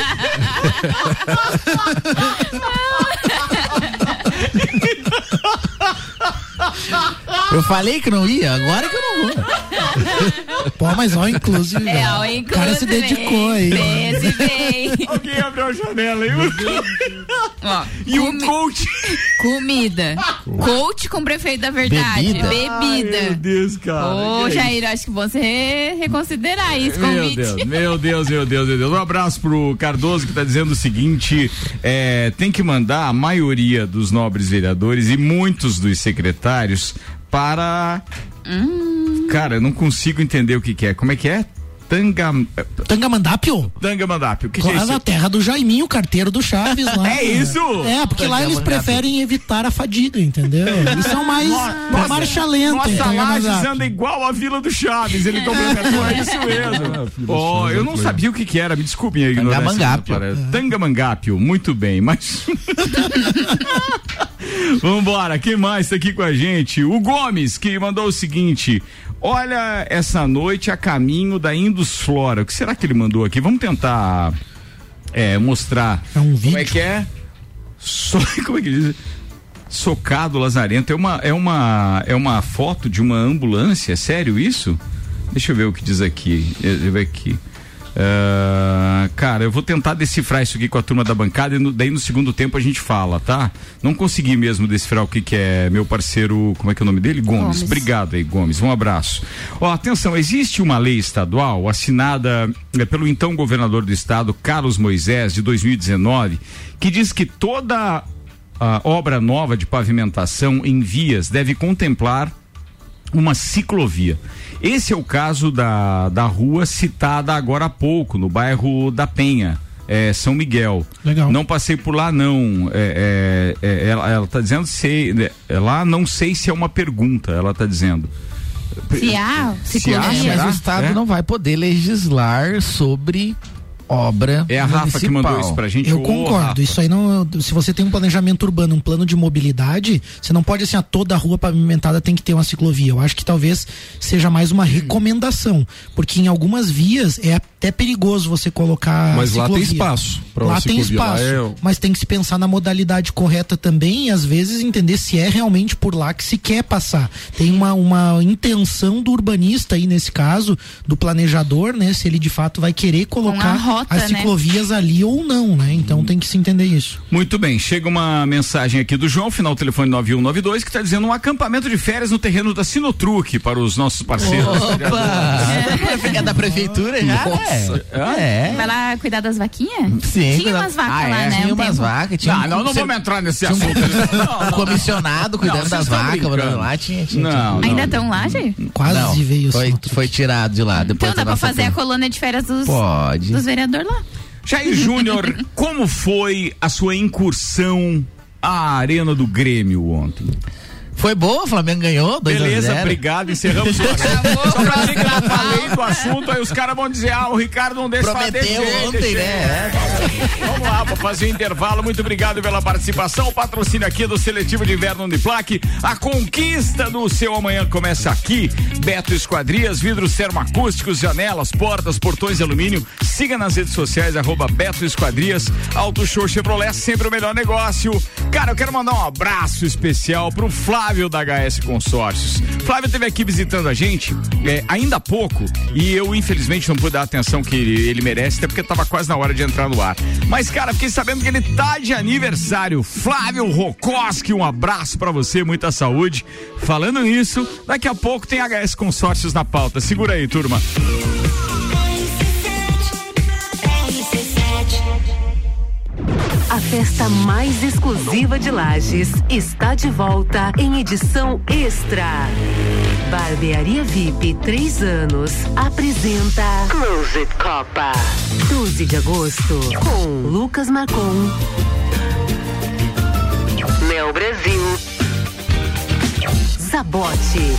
vou. Eu falei que não ia, agora que eu não vou. Pô, mas ó, inclusive. É, ó, o cara se dedicou aí. Bem, bem. Alguém abriu a janela aí. Ó, e comi- um coach. Comida. Coach com prefeito da verdade. Bebida. Bebida. Ai, meu Deus, cara. Ô, Que Jair, acho que você reconsiderar esse Meu convite. Deus, meu Deus, meu Deus, meu Deus. Um abraço pro Cardoso que tá dizendo o seguinte, é, tem que mandar a maioria dos nobres vereadores e muitos dos secretários para... Hum. Cara, eu não consigo entender o que que é. Como é que é? Tanga... Tangamandápio? Tangamandápio. O que, que é Lá isso? na terra do Jaiminho, carteiro do Chaves lá. É isso? É, porque lá eles preferem evitar a fadiga, entendeu? Eles são mais uma marcha lenta. Nossa, então, Lages mas, anda igual a Vila do Chaves, ele complementou, é isso mesmo. Oh, eu não sabia o que que era, me desculpem a ignorância. Tangamangápio. Tangamangápio, muito bem, mas... Vambora, quem mais tá aqui com a gente? O Gomes, que mandou o seguinte: olha, essa noite a caminho da Indusflora. O que será que ele mandou aqui? Vamos tentar é, mostrar. É um vídeo. Como é que é? So, como é que diz? Socado Lazarento. É uma, é uma, é uma foto de uma ambulância? É sério isso? Deixa eu ver o que diz aqui. Deixa eu ver aqui. Uh, cara, eu vou tentar decifrar isso aqui com a turma da bancada e no, daí no segundo tempo a gente fala, tá? Não consegui mesmo decifrar o que que é meu parceiro, como é que é o nome dele? Gomes. Gomes. Obrigado aí, Gomes. Um abraço. Ó, atenção, existe uma lei estadual assinada é, pelo então governador do estado, Carlos Moisés, de dois mil e dezenove, que diz que toda a obra nova de pavimentação em vias deve contemplar uma ciclovia. Esse é o caso da, da rua citada agora há pouco, no bairro da Penha, é, São Miguel. Legal. Não passei por lá, não. É, é, é, ela, ela tá dizendo se. É, lá não sei se é uma pergunta, ela tá dizendo. Se há, se há, Mas será? o Estado É? não vai poder legislar sobre obra É a Rafa que mandou isso pra gente. Eu Ô, concordo, Rafa. isso aí não, se você tem um planejamento urbano, um plano de mobilidade, você não pode assim, a toda a rua pavimentada tem que ter uma ciclovia. Eu acho que talvez seja mais uma recomendação, porque em algumas vias é até perigoso você colocar Mas lá ciclovia. tem espaço pra uma Lá tem ciclovia, lá espaço, é- mas tem que se pensar na modalidade correta também e às vezes entender se é realmente por lá que se quer passar. Tem uma, uma intenção do urbanista aí nesse caso, do planejador, né? Se ele de fato vai querer colocar rota, as ciclovias, né, ali ou não, né? Então hum. tem que se entender isso. Muito bem, chega uma mensagem aqui do João, final telefone nove um nove dois, que está dizendo um acampamento de férias no terreno da Sinotruque para os nossos parceiros. Opa! É da prefeitura já? Nossa. É. Vai lá cuidar das vaquinhas? Sim. Tinha umas vacas ah, lá, é, né? Tinha um umas tempo. vacas. Tinha Não, um, não, não cê, vamos entrar nesse tinha assunto. Um, um comissionado cuidando Não, das vocês vacas, estão morando lá, tinha, tinha, Não, tinha. Ainda estão lá, Jair? Quase Não, veio foi, assim. foi tirado de lá. Depois Então dá da pra nossa fazer a turma. colônia de férias dos, Pode. dos vereadores lá. Jair Júnior, como foi a sua incursão à Arena do Grêmio ontem? Foi boa, o Flamengo ganhou, dois Beleza, a zero. obrigado, encerramos o assunto. Só pra dizer que eu falei do assunto, aí os caras vão dizer, ah, o Ricardo não deixa falar desse Prometeu jeito, ontem, deixa- né? É. Vamos lá, para fazer o intervalo. Muito obrigado pela participação. O patrocínio aqui do Seletivo de Inverno Uniplac. A conquista do seu amanhã começa aqui. Beto Esquadrias, vidros termoacústicos, janelas, portas, portões de alumínio. Siga nas redes sociais, arroba Beto Esquadrias. Auto Show Chevrolet, sempre o melhor negócio. Cara, eu quero mandar um abraço especial pro Flávio da H S Consórcios. Flávio esteve aqui visitando a gente é, ainda há pouco e eu infelizmente não pude dar a atenção que ele, ele merece, até porque tava quase na hora de entrar no ar. Mas, cara, fiquei sabendo que ele tá de aniversário. Flávio Rokoski, um abraço pra você, muita saúde. Falando nisso, daqui a pouco tem H S Consórcios na pauta. Segura aí, turma. A festa mais exclusiva de Lages está de volta em edição extra. Barbearia V I P três anos apresenta Closet Copa. doze de agosto com Lucas Marcon, Mel Brasil, Zabote.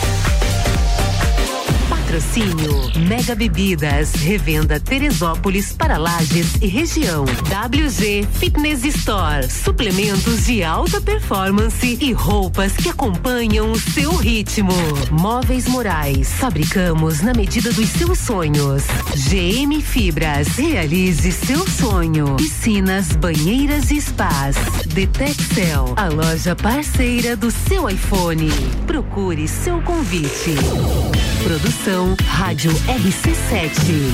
Patrocínio Mega Bebidas, revenda Teresópolis para Lages e região. W G Fitness Store, suplementos de alta performance e roupas que acompanham o seu ritmo. Móveis Morais, fabricamos na medida dos seus sonhos. G M Fibras, realize seu sonho. Piscinas, banheiras e spas. Detexel, a loja parceira do seu iPhone. Procure seu convite. Produção Rádio R C sete.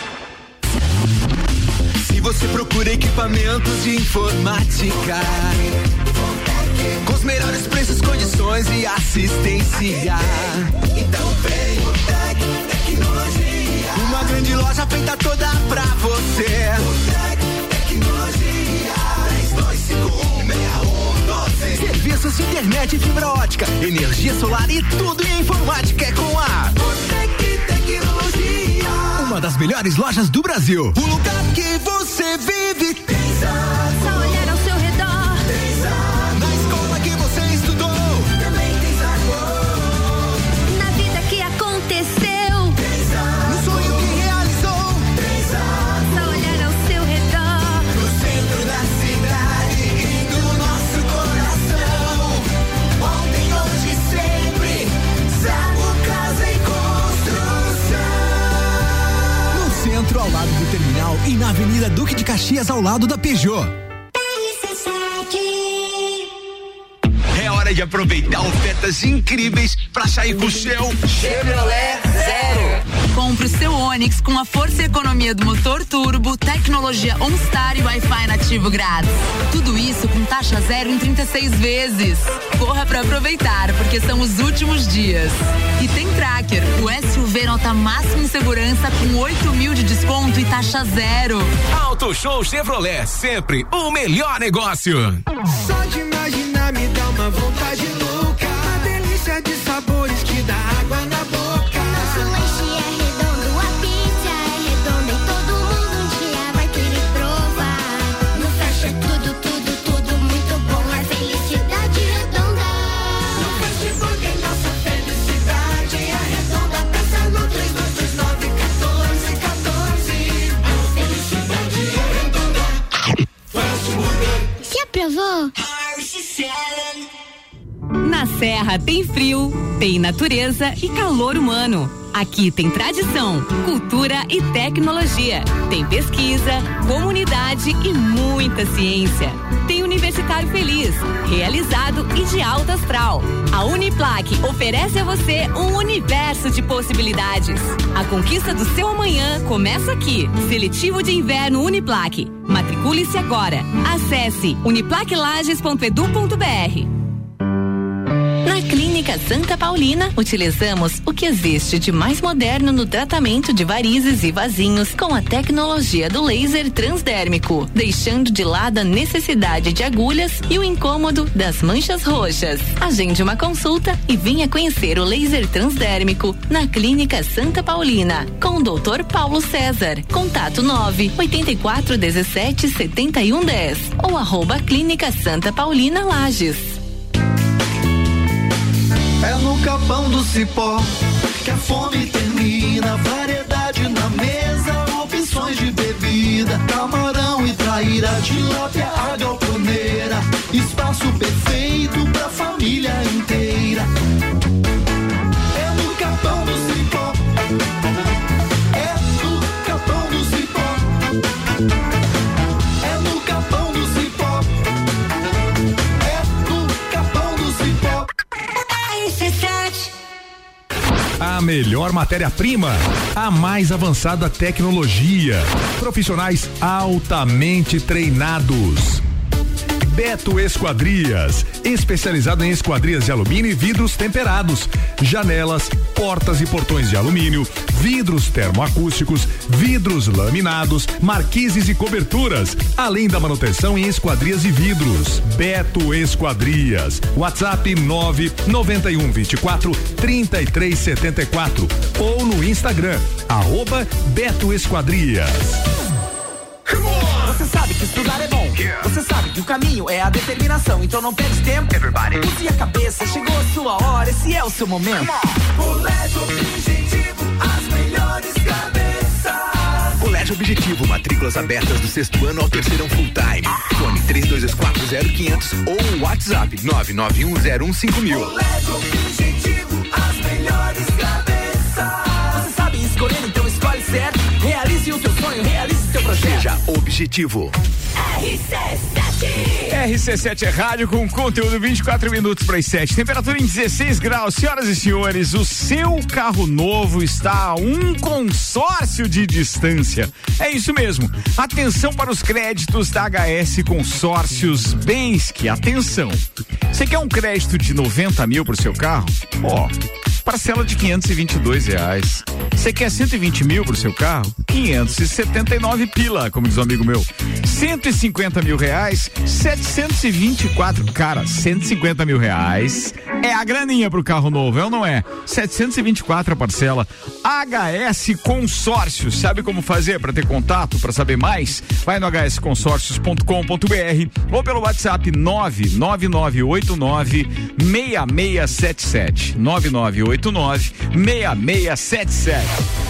Se você procura equipamentos de informática com os melhores preços, condições e assistência, então vem o Tec Tecnologia. Uma grande loja feita toda pra você. O Tec Tecnologia. três dois cinco um seis um doze. Serviços de internet e fibra ótica, energia solar e tudo em informática é com a Botec Tecnologia. Uma das melhores lojas do Brasil. O lugar que você vive. Só olhar ao seu redor. Na escola que você estudou. Também tem sabor. Na vida que aconteceu. No sonho que realizou. Só olhar ao seu redor. No centro da cidade e do nosso coração. Ontem, hoje, sempre. Zago Casa e Construção. No centro, ao lado do terminal e na Avenida Duque de Caxias, ao lado da Peugeot. É hora de aproveitar ofertas incríveis para sair com o seu Chevrolet Zero. Compre o seu Onix com a força e economia do motor turbo, tecnologia OnStar e Wi-Fi nativo grátis. Tudo isso com taxa zero em trinta e seis vezes. Corra para aproveitar, porque são os últimos dias. E tem Tracker, o S U V nota máxima em segurança com oito mil de desconto e taxa zero. Auto Show Chevrolet, sempre o melhor negócio. Só de imaginar me dá uma vontade louca. Uma delícia de sabores que dá água na boca. Nosso lanche é redondo, a pizza é redonda e todo mundo um dia vai querer provar. No Fresh é tudo, tudo, tudo muito bom, é felicidade redonda. No Fast Burger nossa felicidade é redonda. Peça no três dois três nove um quatro um quatro. A felicidade é redonda. Fast Burger. Se aprovou? Na Serra tem frio, tem natureza e calor humano. Aqui tem tradição, cultura e tecnologia. Tem pesquisa, comunidade e muita ciência. Tem Universitário Feliz, realizado e de alta astral. A Uniplac oferece a você um universo de possibilidades. A conquista do seu amanhã começa aqui. Seletivo de Inverno Uniplac. Matricule-se agora. Acesse uniplaclages ponto edu ponto br. Na Clínica Santa Paulina, utilizamos o que existe de mais moderno no tratamento de varizes e vasinhos com a tecnologia do laser transdérmico, deixando de lado a necessidade de agulhas e o incômodo das manchas roxas. Agende uma consulta e venha conhecer o laser transdérmico na Clínica Santa Paulina, com o doutor Paulo César. Contato nove oito quatro um sete sete um um zero ou arroba Clínica Santa Paulina Lages. É no Capão do Cipó que a fome termina. Variedade na mesa, opções de bebida, camarão e traíra. traíra, tilápia, a galponeira. Espaço perfeito pra família inteira. É no Capão do Cipó. É no Capão do Cipó. É no Capão do Cipó. É no Capão do Cipó. R C sete. A melhor matéria-prima, a mais avançada tecnologia, profissionais altamente treinados. Beto Esquadrias, especializado em esquadrias de alumínio e vidros temperados, janelas, portas e portões de alumínio, vidros termoacústicos, vidros laminados, marquises e coberturas, além da manutenção em esquadrias e vidros. Beto Esquadrias, WhatsApp nove nove um dois quatro três três sete quatro ou no Instagram, arroba Beto Esquadrias. Você sabe que estudar é bom. Você sabe que o caminho é a determinação. Então não perde tempo. Everybody. Use a cabeça, chegou a sua hora. Esse é o seu momento. Colégio Objetivo, as melhores cabeças. Colégio Objetivo, matrículas abertas do sexto ano ao terceirão full time. Fone três dois quatro zero quinhentos ou WhatsApp nove nove um zero um cinco mil. Colégio Objetivo, as melhores cabeças. Você sabe escolher, então escolhe certo. Realize o teu sonho, realize o teu projeto. Seja objetivo. R C sete. R C sete é rádio com conteúdo vinte e quatro minutos para as sete. Temperatura em dezesseis graus. Senhoras e senhores, o seu carro novo está a um consórcio de distância. É isso mesmo. Atenção para os créditos da H S Consórcios Bensky. Atenção. Você quer um crédito de noventa mil para o seu carro? Ó, parcela de quinhentos e vinte e dois reais. Você quer cento e vinte mil pro seu carro? quinhentos e setenta e nove pila, como diz um amigo meu. cento e cinquenta mil reais, setecentos e vinte e quatro. Cara, cento e cinquenta mil reais é a graninha pro carro novo, é ou não é? setecentos e vinte e quatro a parcela. H S Consórcios, sabe como fazer para ter contato, para saber mais? Vai no h s consórcios ponto com ponto b r ou pelo WhatsApp nove nove nove oito nove seis seis sete sete. nove nove oito nove seis seis sete sete.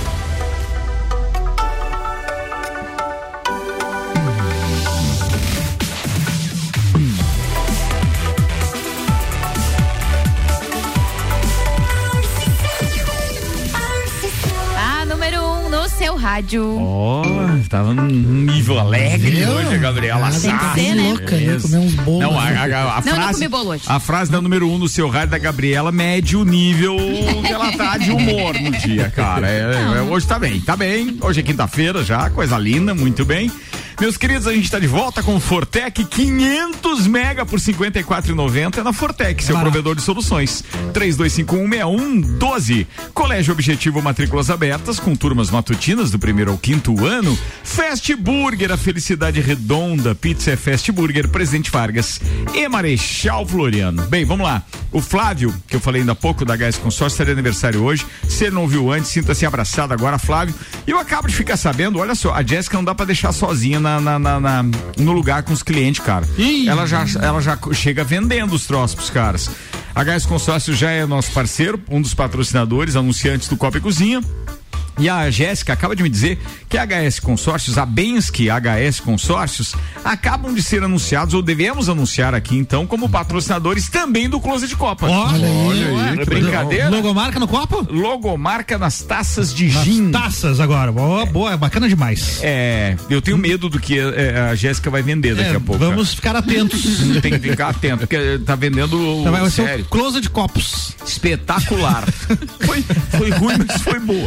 A número um no seu rádio. Ó, oh, tava num nível alegre Eu? hoje a Gabriela Ah, Sá. tem que ser, né? Louca, né? Comer uns bolos. Não, a, a, a, a Não, frase, não comi bolo hoje. a frase da número um no seu rádio da Gabriela mede o nível que ela tá de humor no dia, cara. É, é, hoje tá bem, tá bem. Hoje é quinta-feira já, coisa linda, muito bem. Meus queridos, a gente está de volta com o Fortec, quinhentos mega por cinquenta e quatro reais e noventa centavos é na Fortec, seu Barato. provedor de soluções. três dois cinco um seis um um doze. Colégio Objetivo, matrículas abertas com turmas matutinas do primeiro ao quinto ano. Fast Burger, a felicidade redonda. Pizza é Fast Burger, Presidente Vargas e Marechal Floriano. Bem, vamos lá. O Flávio, que eu falei ainda há pouco da H S Consórcio, está de aniversário hoje. Se ele não viu antes, sinta-se abraçado agora, Flávio. E eu acabo de ficar sabendo, olha só, a Jéssica não dá pra deixar sozinha na, na, na, na no lugar com os clientes, cara. Ih. Ela já, ela já chega vendendo os troços pros caras. A H S Consórcio já é nosso parceiro, um dos patrocinadores, anunciantes do Copa e Cozinha. E a Jéssica acaba de me dizer que a H S Consórcios, a Bensky H S Consórcios, acabam de ser anunciados, ou devemos anunciar aqui então, como patrocinadores também do Closet de Copa. Olha aí, Não é brincadeira? Logomarca no copo? Logomarca nas taças de Nas gin. taças agora. Boa, boa, é bacana demais. É, eu tenho medo do que é, a Jéssica vai vender daqui É, a pouco. vamos cara. ficar atentos. Tem que ficar atento, porque tá vendendo Então vai ser sério. um close de copos. Espetacular. foi, foi ruim, mas foi boa.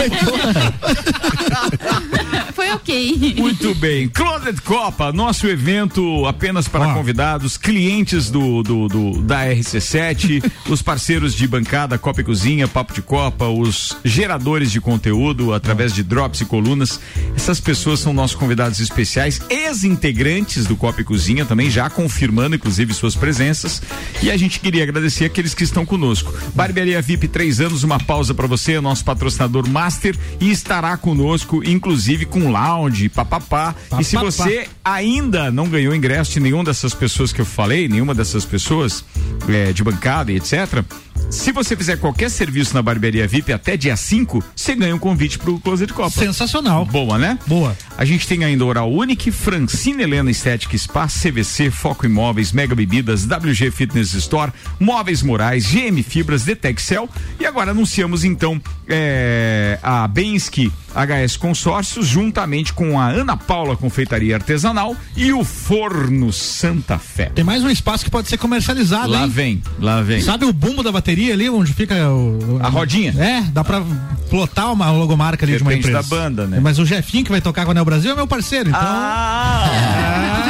Foi ok. Muito bem. Closet Copa, nosso evento apenas para Ó. convidados, clientes do, do, do- da R C sete, os parceiros de bancada Copa e Cozinha, Papo de Copa, os geradores de conteúdo através de drops e colunas. Essas pessoas são nossos convidados especiais, ex-integrantes do Copa e Cozinha também, já confirmando inclusive suas presenças. E a gente queria agradecer aqueles que estão conosco. Barbearia V I P, três anos, uma pausa para você, é nosso patrocinador master e estará conosco, inclusive com lounge, papapá. E se você ainda não ganhou ingresso de nenhuma dessas pessoas que eu falei, nenhuma dessas pessoas é, de bancada e etcétera, se você fizer qualquer serviço na Barbearia V I P até dia cinco, você ganha um convite pro Closet de Copa. Sensacional. Boa, né? Boa. A gente tem ainda Oral Unique, Francine Helena Estética Spa, C V C, Foco Imóveis, Mega Bebidas, W G Fitness Store, Móveis Morais, G M Fibras, Detexcel e agora anunciamos então é, a Bensky H S Consórcios juntamente com a Ana Paula Confeitaria Artesanal e o Forno Santa Fé. Tem mais um espaço que pode ser comercializado, Lá hein? vem, lá vem. Sabe o bumbo da bateria ali, onde fica o... A rodinha? É, dá pra plotar uma logomarca ali Depende de uma empresa. da banda, né? Mas o Jefinho que vai tocar com o Anel Brasil é meu parceiro, então... Ah!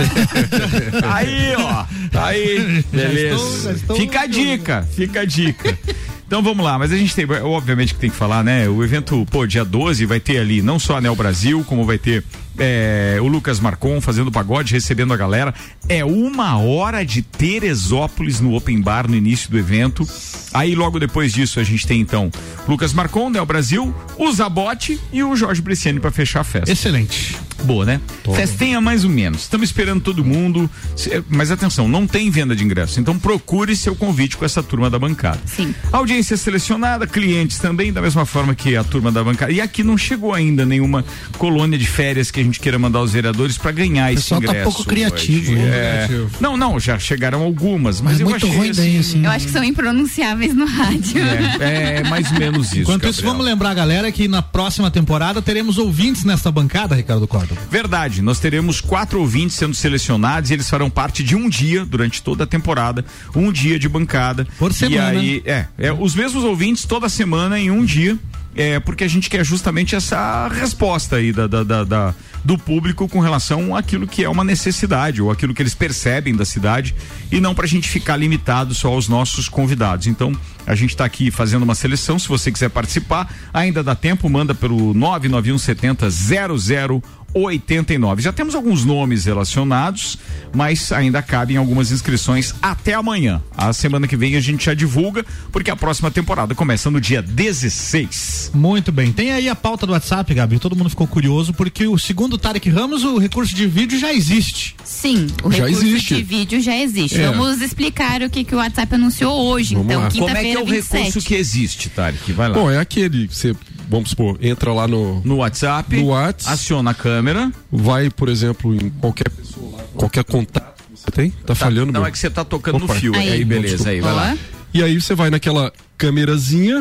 Aí, ó. Aí, beleza. Já estou, já estou... Fica a dica, fica a dica. Então vamos lá, mas a gente tem, obviamente que tem que falar, né? O evento, pô, dia doze vai ter ali não só Anel Brasil, como vai ter é, o Lucas Marcon fazendo pagode, recebendo a galera. É uma hora de Teresópolis no Open Bar no início do evento. Aí logo depois disso a gente tem então Lucas Marcon, Anel Brasil, o Zabote e o Jorge Bresciani pra fechar a festa. Excelente. Boa, né? Toma. Festinha mais ou menos. Estamos esperando todo mundo. Mas atenção, não tem venda de ingressos. Então procure seu convite com essa turma da bancada. Sim. Audiência selecionada, clientes também, da mesma forma que a turma da bancada. E aqui não chegou ainda nenhuma colônia de férias que a gente queira mandar aos vereadores para ganhar esse ingresso. O pessoal tá pouco criativo. Hoje. Né? É... criativo. Não, não, já chegaram algumas. Mas, mas eu muito achei ruim assim, daí, assim. Eu acho que são impronunciáveis no rádio. É, é mais ou menos isso. Enquanto Gabriel. isso, vamos lembrar, galera, que na próxima temporada teremos ouvintes nesta bancada, Ricardo Córdova. Verdade, nós teremos quatro ouvintes sendo selecionados e eles farão parte de um dia durante toda a temporada, um dia de bancada. Por semana. E aí, é, é os mesmos ouvintes toda semana em um dia. É, porque a gente quer justamente essa resposta aí da, da, da, da, do público com relação àquilo que é uma necessidade ou aquilo que eles percebem da cidade e não pra gente ficar limitado só aos nossos convidados. Então, a gente tá aqui fazendo uma seleção. Se você quiser participar, ainda dá tempo, manda pelo nove nove um sete zero zero zero oitenta e nove. Já temos alguns nomes relacionados, mas ainda cabem algumas inscrições até amanhã. A semana que vem a gente já divulga, porque a próxima temporada começa no dia dezesseis. Muito bem. Tem aí a pauta do WhatsApp, Gabi. Todo mundo ficou curioso, porque o segundo Tarek Ramos, o recurso de vídeo já existe. Sim, o já recurso existe. de vídeo já existe. É. Vamos explicar o que, que o WhatsApp anunciou hoje. Vamos então, lá. Como é que é o vinte e sete. recurso que existe, Tarek? Vai lá. Bom, é aquele que você, vamos supor, entra lá no... No WhatsApp, no WhatsApp, aciona a câmera. vai, por exemplo, em qualquer pessoa lá, qualquer contato que você tem, tá, falhando Não, meu. é que você tá tocando Opa. no fio. Aí, aí beleza, aí vai lá. E aí você vai naquela câmerazinha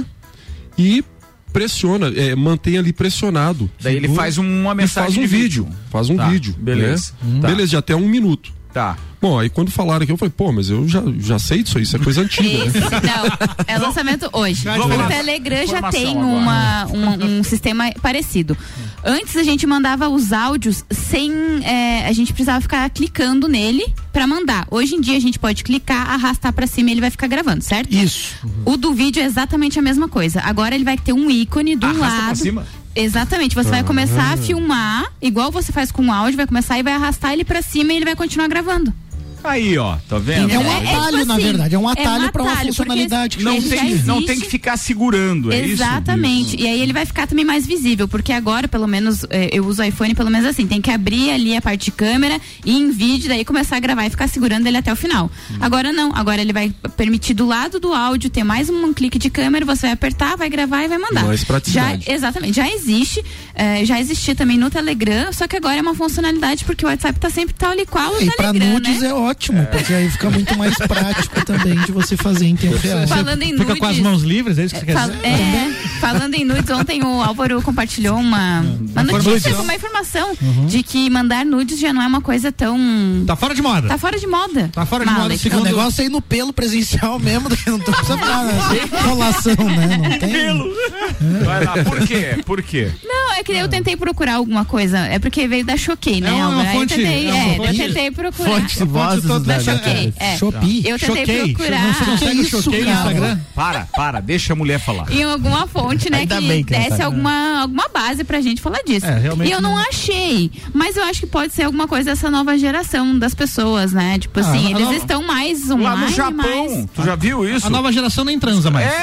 e pressiona, é, mantém ali pressionado. Daí ele faz uma e mensagem faz um de vídeo. vídeo. Faz um Tá, vídeo. beleza. Né? Hum. Tá. Beleza, de até um minuto. Tá. Bom, aí quando falaram aqui, eu falei, pô, mas eu já, já sei disso aí, isso é coisa antiga, né? Não, é lançamento hoje. Vamos O lá. Telegram já Informação tem agora. uma, um, um sistema parecido. Antes a gente mandava os áudios sem. É, a gente precisava ficar clicando nele pra mandar. Hoje em dia a gente pode clicar, arrastar pra cima e ele vai ficar gravando, certo? Isso. O do vídeo é exatamente a mesma coisa. Agora ele vai ter um ícone do Arrasta lado. pra cima? Exatamente, você vai começar a filmar, igual você faz com o áudio, vai começar e vai arrastar ele pra cima e ele vai continuar gravando. Aí, ó, tá vendo? É um É, é atalho, tipo na assim, verdade. É um é um atalho pra uma atalho, funcionalidade que Não ele já tem, não existe. tem que ficar segurando, é isso? Exatamente. E aí ele vai ficar também mais visível, porque agora, pelo menos, eh, eu uso o iPhone, pelo menos assim, tem que abrir ali a parte de câmera e em vídeo, daí começar a gravar e ficar segurando ele até o final. Agora não, agora ele vai permitir do lado do áudio ter mais um clique de câmera, você vai apertar, vai gravar e vai mandar. Mais praticidade. Já, exatamente, já existe, eh, já existia também no Telegram, só que agora é uma funcionalidade porque o WhatsApp tá sempre tal e qual o E pra Telegram, nudes né? é ótimo, porque aí fica muito mais prático também de você fazer em tempo real. Falando em Fica nudes, com as mãos livres, é isso que você quer Fal- dizer? é, falando em nudes, ontem o Álvaro compartilhou uma, uma notícia, informação. uma informação de que mandar nudes já não é uma coisa tão... Tá fora de moda. Tá fora de moda. Tá fora de moda. Malek. É um negócio aí no pelo presencial mesmo, não tô precisando falar enrolação, né? Não tem. Pelo. Vai lá, por quê? Por quê? Não, é que eu tentei procurar alguma coisa, é porque veio da Choquei, né, É uma Álvaro? Aí eu fonte- tentei, é uma é, eu fonte- tentei procurar. Fonte vozes toda da da Choquei, é. Shopee. Eu tentei Choquei. procurar Você não segue o isso, Choquei no cara? Instagram? Para, para, deixa a mulher falar. em alguma fonte, né, Ainda que bem que ela desse tá- alguma, alguma base pra gente falar disso. É, realmente e eu não não- achei, mas eu acho que pode ser alguma coisa dessa nova geração das pessoas, né? Tipo Ah, assim, a eles nova- estão mais Lá online, no Japão, mais... tu já viu isso? A nova geração nem transa mais. É,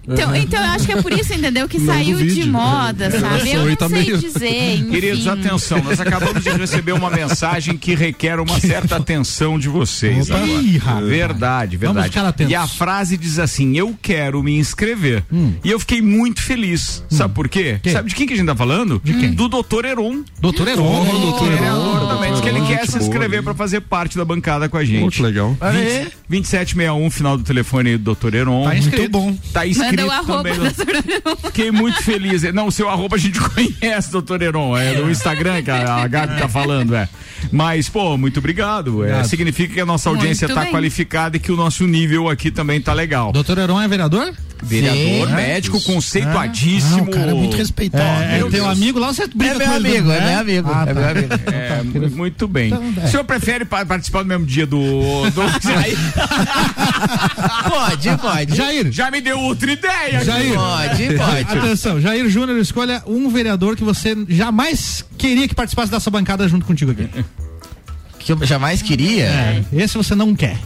Então, então eu acho que é por isso, entendeu? Que Não saiu duvide. de moda, sabe? Eu não Tá sei meio- dizer, enfim. Queridos, atenção, nós acabamos de receber uma mensagem que requer uma certa atenção de vocês. Opa. agora. Ih, rapaz. Verdade, Vamos verdade. ficar atentos. E a frase diz assim: eu quero me inscrever. Hum. E eu fiquei muito feliz. Sabe por quê? Sabe de quem que a gente tá falando? De quem? Do doutor Heron. Doutor Heron. Oh, doutor Heron. Heron. Exatamente, que ele Heron, quer gente se boa, inscrever hein? para fazer parte da bancada com a gente. Pô, que legal. vinte, vinte e sete sessenta e um, final do telefone aí do doutor Heron. Tá inscrito. Muito bom. Tá inscrito Manda o arroba também. do doutor Heron. Fiquei muito feliz. Não, o seu arroba a gente conhece, doutor Heron. É do Instagram que a, a Gabi tá falando, é. Mas, pô, muito obrigado. É, Obrigado. significa que a nossa audiência Muito tá bem. qualificada e que o nosso nível aqui também tá legal. Doutor Heron é vereador? Vereador, Sim. médico, Ah, conceituadíssimo. o cara é muito respeitado. É, meu é teu Deus. amigo lá, você briga É meu com ele, amigo, né? é meu amigo, Ah, é tá. meu amigo. É, mu- muito bem. Então, é. O senhor prefere pa- participar do mesmo dia do. do... Pode, pode. Jair, Já me deu outra ideia. aqui. Jair. Pode, pode. Atenção, Jair Júnior, escolha um vereador que você jamais queria que participasse dessa bancada junto contigo aqui. Que eu jamais queria. É, esse você não quer.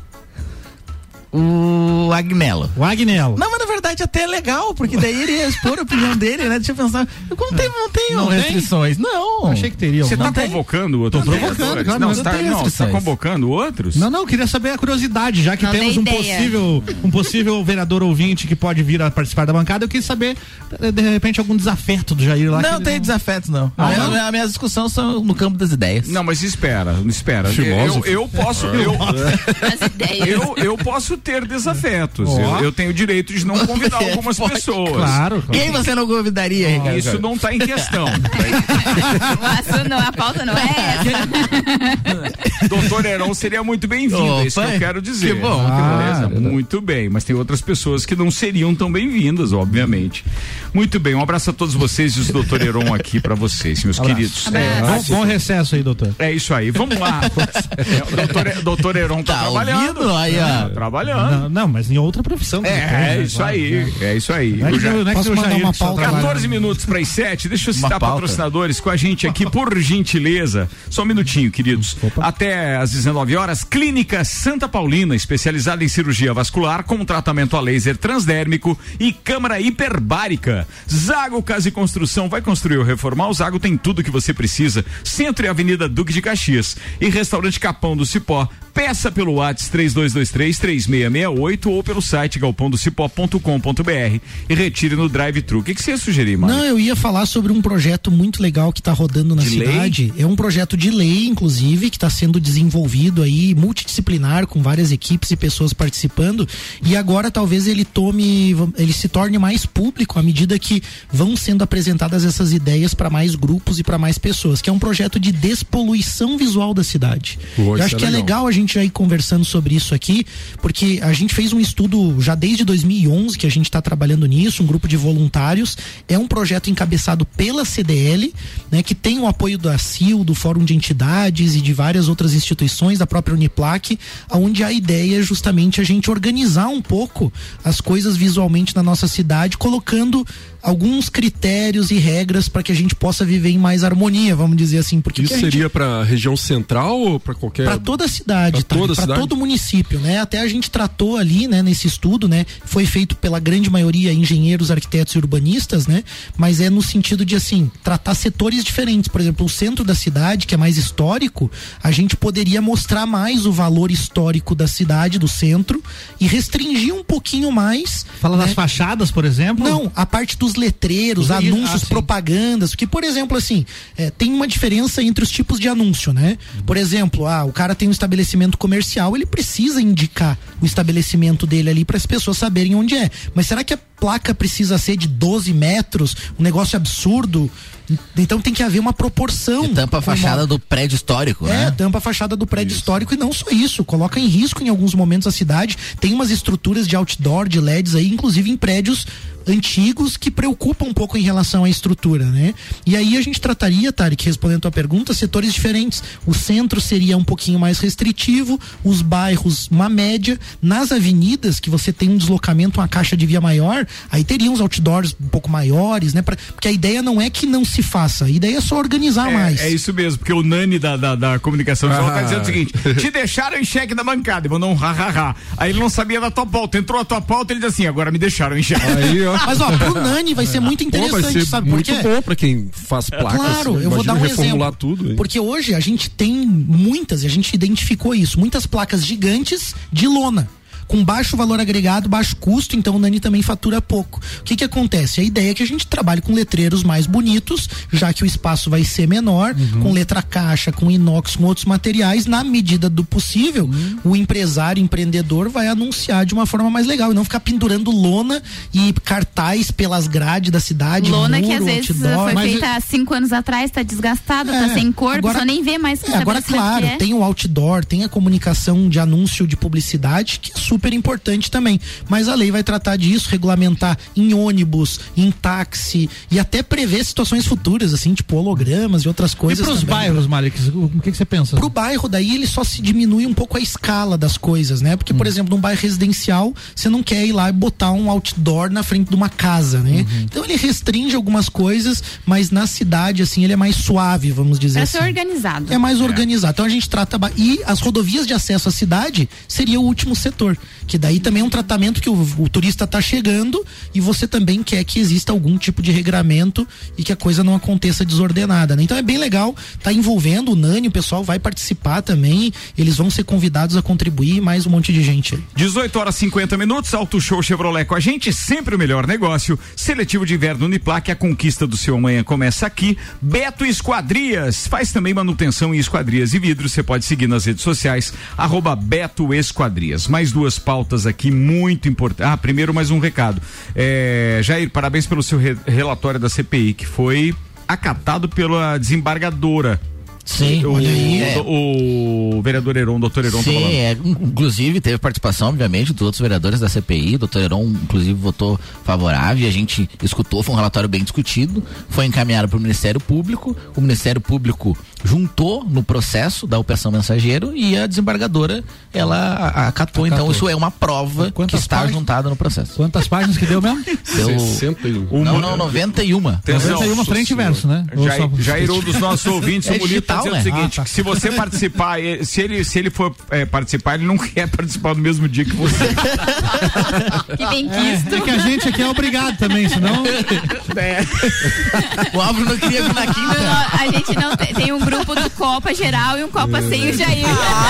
O Agnello. O Agnello. Não, mas na verdade até é legal, porque daí ele ia expor a opinião dele, né? Deixa eu pensar. Eu não tenho, não tenho Não tem? restrições. Não. Achei que teria. Você não tá tem? convocando outros? Tô provocando, vereadores? claro, Não, mas você não tá, tem não, você tá restrições. convocando outros? Não, não, queria saber a curiosidade, já que Não dei temos um ideia. possível, um possível vereador ouvinte que pode vir a participar da bancada, eu queria saber, de repente, algum desafeto do Jair lá. Não que tem ele desafetos, não. Ah, a, minha, não? a minhas discussões são no campo das ideias. Não, mas espera, espera. Eu, Filósofo. eu posso, eu, As ideias. eu, eu posso ter desafetos. Ó. Eu, eu tenho o direito de não convidar algumas Pode, pessoas. Claro. Quem você não convidaria, Ricardo? Isso não tá em questão. O assunto não, a pauta não é essa. Doutor Heron seria muito bem-vindo, é isso que Opa, eu quero dizer. que bom, que Beleza? bom. Muito bem, mas tem outras pessoas que não seriam tão bem-vindas, obviamente. Muito bem, um abraço a todos vocês e os doutor Heron aqui pra vocês, meus queridos. Bom, bom recesso aí, doutor. É isso aí, vamos lá. É, o doutor, doutor Heron tá, Tá trabalhando. ouvindo? Aí, ó. Tá trabalhando. Não, não, mas em outra profissão. que É, você tem, né? é isso Claro, aí, né? é isso aí. Não é que Eu já- não é que Posso o mandar Jair uma que só pauta trabalha. quatorze minutos para as sete. Deixa eu citar Uma pauta. patrocinadores com a gente aqui, por gentileza. Só um minutinho, queridos. Até às dezenove horas, Clínica Santa Paulina, especializada em cirurgia vascular com tratamento a laser transdérmico e câmara hiperbárica. Zago Casa e Construção, vai construir ou reformar? O Zago tem tudo que você precisa. Centro e Avenida Duque de Caxias. E Restaurante Capão do Cipó. Peça pelo WhatsApp três dois dois três, três seis seis oito ou pelo site galpão do cipó ponto com ponto br e retire no drive-thru. O que, que você ia sugerir, Mário? Não, eu ia falar sobre um projeto muito legal que está rodando na De lei? cidade. É um projeto de lei, inclusive, que está sendo desenvolvido aí, multidisciplinar, com várias equipes e pessoas participando. E agora talvez ele tome, ele se torne mais público à medida que vão sendo apresentadas essas ideias para mais grupos e para mais pessoas. Que é um projeto de despoluição visual da cidade. Pô, eu isso acho é que é legal. legal a gente já ir conversando sobre isso aqui, porque a gente fez um estudo já desde dois mil e onze que a gente está trabalhando nisso, um grupo de voluntários. É um projeto encabeçado pela C D L, né, que tem o apoio da C I L, do Fórum de Entidades e de várias outras instituições, da própria Uniplac, onde a ideia é justamente a gente organizar um pouco as coisas visualmente na nossa cidade, colocando alguns critérios e regras para que a gente possa viver em mais harmonia, vamos dizer assim. Porque Isso que a gente- seria para região central ou para qualquer? para toda a cidade, Pra tá? toda a Pra cidade? todo o município, né? Até a gente tratou ali, né, nesse estudo, né? Foi feito pela grande maioria engenheiros, arquitetos e urbanistas, né? Mas é no sentido de, assim, tratar setores diferentes. Por exemplo, o centro da cidade, que é mais histórico, a gente poderia mostrar mais o valor histórico da cidade, do centro, e restringir um pouquinho mais. Fala né? das fachadas, por exemplo? Não, a parte dos letreiros, Os- anúncios, ah, sim. propagandas, porque, por exemplo, assim, é, tem uma diferença entre os tipos de anúncio, né? Por exemplo, ah, o cara tem um estabelecimento comercial, ele precisa indicar o estabelecimento dele ali para as pessoas saberem onde é. Mas será que a placa precisa ser de doze metros? Um negócio absurdo? Então tem que haver uma proporção. E tampa a com uma- fachada do prédio histórico, é, né? tampa a fachada do prédio histórico e não só isso, coloca em risco em alguns momentos a cidade. Tem umas estruturas de outdoor, de L E Ds aí, inclusive em prédios antigos que preocupam um pouco em relação à estrutura, né? E aí a gente trataria, Tarek, respondendo a tua pergunta, setores diferentes. O centro seria um pouquinho mais restritivo, os bairros uma média, nas avenidas que você tem um deslocamento, uma caixa de via maior, menor, aí teria uns outdoors um pouco maiores, né? Pra, porque a ideia não é que não se faça, a ideia é só organizar é, mais. É isso mesmo, porque o Nani da, da, da comunicação visual Ah. tá dizendo o seguinte: te deixaram em xeque da bancada, e mandou um ha-ha-ha. Aí ele não sabia da tua pauta, entrou a tua pauta, ele disse assim: agora me deixaram em xeque. Aí, ó. Mas ó, pro Nani vai ser muito interessante, Pô, vai ser sabe por muito quê? bom pra quem faz placas. Claro, assim, eu vou dar um reformular exemplo. tudo. Hein? Porque hoje a gente tem muitas, e a gente identificou isso, muitas placas gigantes de lona, com baixo valor agregado, baixo custo, então o Nani também fatura pouco. O que que acontece? A ideia é que a gente trabalhe com letreiros mais bonitos, já que o espaço vai ser menor, Uhum. com letra caixa, com inox, com outros materiais, na medida do possível, Uhum. o empresário, empreendedor vai anunciar de uma forma mais legal e não ficar pendurando lona e cartaz pelas grades da cidade, Lona muro, que às vezes outdoor. foi Mas- feita há cinco anos atrás, tá desgastada, É, tá sem cor, agora- só nem vê mais que É, agora, estabelecimento claro, que é. tem o outdoor, tem a comunicação de anúncio de publicidade, que é super importante também. Mas a lei vai tratar disso, regulamentar em ônibus, em táxi e até prever situações futuras, assim, tipo hologramas e outras E coisas. pros também. bairros, Malik, o que que você pensa? Pro bairro, daí ele só se diminui um pouco a escala das coisas, né? Porque, Hum. por exemplo, num bairro residencial, você não quer ir lá e botar um outdoor na frente de uma casa, né? Uhum. Então ele restringe algumas coisas, mas na cidade, assim, ele é mais suave, vamos dizer Pra assim. ser organizado. É mais organizado. Então a gente trata. ba- E as rodovias de acesso à cidade seria o último setor. Que daí também é um tratamento que o, o turista está chegando e você também quer que exista algum tipo de regramento e que a coisa não aconteça desordenada, né? Então é bem legal, tá envolvendo o Nani, o pessoal vai participar também, eles vão ser convidados a contribuir, mais um monte de gente aí. dezoito horas e cinquenta minutos, Auto Show Chevrolet com a gente, sempre o melhor negócio. Seletivo de inverno Uniplac, a conquista do seu amanhã começa aqui. Beto Esquadrias, faz também manutenção em esquadrias e vidros, você pode seguir nas redes sociais, arroba Beto Esquadrias. Mais duas pautas aqui muito importantes. Ah, primeiro mais um recado. É, Jair, parabéns pelo seu re- relatório da C P I, que foi acatado pela desembargadora. Sim, o, olha aí. É. o, o vereador Heron, doutor Heron, tá Sim, falando. é, inclusive teve participação, obviamente, dos outros vereadores da C P I. O doutor Heron, inclusive, votou favorável e a gente escutou, foi um relatório bem discutido. Foi encaminhado para o Ministério Público. O Ministério Público juntou no processo da Operação Mensageiro e a desembargadora, ela a- acatou. Então, isso é uma prova que está páginas? juntada no processo. Quantas páginas que deu mesmo? Deu... sessenta e um. Não, não, noventa e uma. noventa e uma frente e verso, né? Ou Já, só- já irou dos nossos ouvintes, É o Mulito tá digital, dizendo né? o seguinte, Ah, tá. que se você participar, eh, se ele, se ele for eh, participar, ele não quer participar no mesmo dia que você. Que bem É, quisto. é que a gente aqui é obrigado também, senão. O Álvaro não queria vir na quinta. Não, a gente não tem, tem um grupo do Copa geral e um Copa sem o Jair.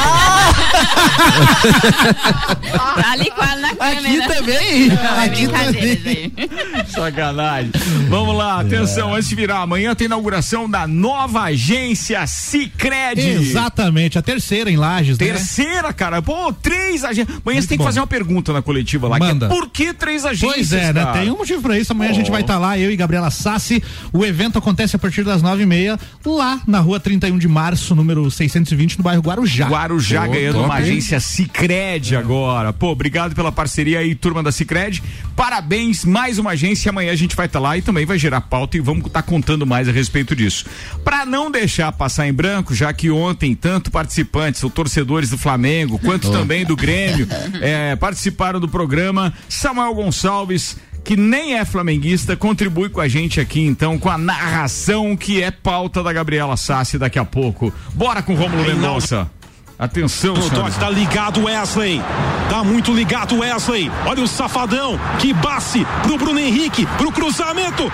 Tá ali quase na câmera. Aqui também. Não, é brincadeira, Jair. Sacanagem. Vamos lá, atenção, antes de virar, amanhã tem inauguração da nova agência Sicredi. Exatamente, a terceira em Lages, né? Terceira, cara. Pô, três agências. Amanhã você tem que bom. fazer uma pergunta na coletiva lá. Manda. Que é, por que três agências? Pois é, né? cara? Tem um motivo pra isso. Amanhã a gente Oh. vai estar lá, eu e Gabriela Sassi. O evento acontece a partir das nove e meia, lá na rua trinta e um de março, número seiscentos e vinte, no bairro Guarujá. Guarujá Pô, ganhando top, uma hein? agência Sicredi agora. Pô, obrigado pela parceria aí, turma da Sicredi. Parabéns, mais uma agência. Amanhã a gente vai estar lá e também vai gerar pauta e vamos estar contando mais a respeito disso. Pra não deixar passar em branco, já que ontem tanto participantes, ou torcedores do Flamengo, quanto Oh. também do Grêmio, eh, participaram do programa. Samuel Gonçalves, que nem é flamenguista, contribui com a gente aqui então com a narração que é pauta da Gabriela Sassi daqui a pouco. Bora com o Rômulo Mendonça. Atenção, O senhores. Totti tá ligado, Wesley. Tá muito ligado, Wesley. Olha o safadão. Que passe pro Bruno Henrique, pro cruzamento.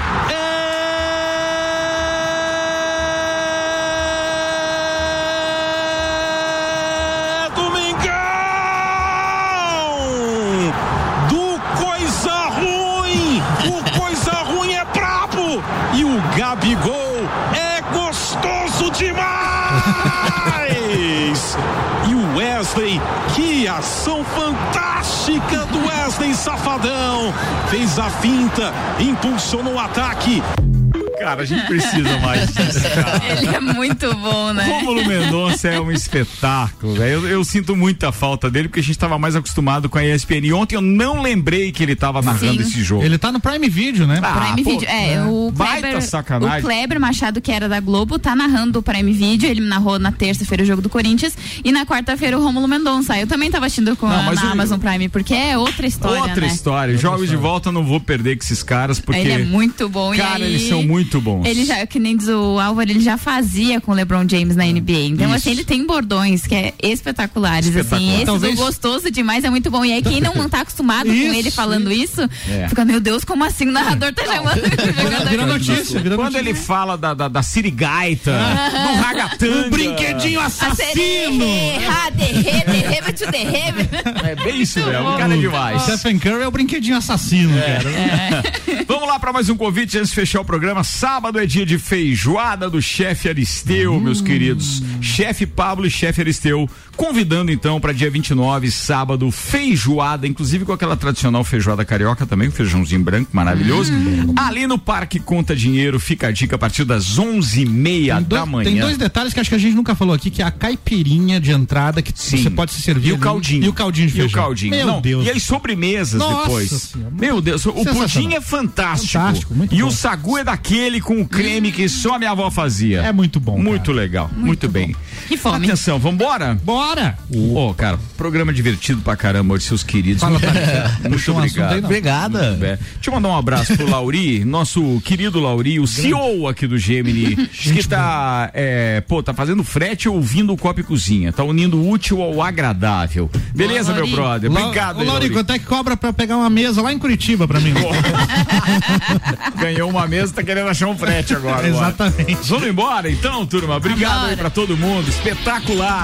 É do Mengão. Do coisa ruim. O coisa ruim é brabo. E o Gabigol é gostoso demais. E o Wesley, que ação fantástica do Wesley Safadão. Fez a finta, impulsionou o ataque. Cara, a gente precisa mais disso, cara. Ele é muito bom, né? Rômulo Mendonça é um espetáculo, velho. Eu, eu sinto muita falta dele porque a gente estava mais acostumado com a E S P N. E ontem eu não lembrei que ele estava narrando Sim. esse jogo. Ele tá no Prime Video, né? Ah, Prime pô, Video. É, é. o Baita Kleber, sacanagem. o Kleber Machado, que era da Globo, tá narrando o Prime Video. Ele narrou na terça-feira o jogo do Corinthians e na quarta-feira o Rômulo Mendonça. Eu também tava assistindo com Não, a, mas na o- Amazon Prime, porque é outra história, Outra né? história. Jogos de volta não vou perder com esses caras porque. Ele é muito bom. Cara, e aí, eles são muito bons. Ele já, que nem diz o Álvaro, ele já fazia com o LeBron James na N B A. Então, Isso. assim, ele tem bordões que é espetaculares. Espetacular. Assim, esse Talvez- do gostoso demais é muito bom. E aí, quem não tá acostumado com Isso, ele falando isso, É. fica, meu Deus, como assim o narrador tá chamando? Vira notícia, vira Quando notícia. ele fala da, da, da sirigaita, do ragatanga. Um brinquedinho assassino. É bem isso mesmo, o cara é demais. Stephen Curry é o brinquedinho assassino, cara. Vamos lá para mais um convite antes de fechar o programa. Sábado é dia de feijoada do chefe Aristeu, meus queridos. Chefe Pablo e chefe Aristeu convidando então para dia vinte e nove, sábado, feijoada, inclusive com aquela tradicional feijoada carioca também, um feijãozinho branco maravilhoso. Ali no Parque Conta Dinheiro, fica a dica a partir das onze e meia Tem da dois, manhã. tem dois detalhes que acho que a gente nunca falou aqui, que é a caipirinha de entrada que Sim. você pode se servir. E o ali. caldinho. E o caldinho de E o feijão. caldinho. Meu Não, Deus. E as sobremesas Nossa depois. Senhora. Meu Deus, o Sensacional. pudim é fantástico. Fantástico, muito e bom. o sagu é daquele com o creme que só minha avó fazia. É muito bom. Muito legal, muito, bem. Que fome. Atenção, vambora? Bora! Ô, cara, programa divertido pra caramba hoje, seus queridos. Fala, muito Thalita. muito Puxa um assunto obrigado. aí, não. Obrigada. É. Deixa eu mandar um abraço pro Lauri, nosso querido Lauri, o C E O aqui do Gemini, que tá, é, pô, tá fazendo frete ouvindo o Copa e Cozinha, tá unindo o útil ao agradável. Beleza, meu Lauri. brother? Obrigado, Ô, aí, Lauri, Lauri. quanto é que cobra pra pegar uma mesa lá em Curitiba pra mim? Ganhou uma mesa, tá querendo achar um frete agora. Exatamente. Agora. Vamos embora então, turma. Obrigado Vambora. aí pra todo mundo. Espetacular.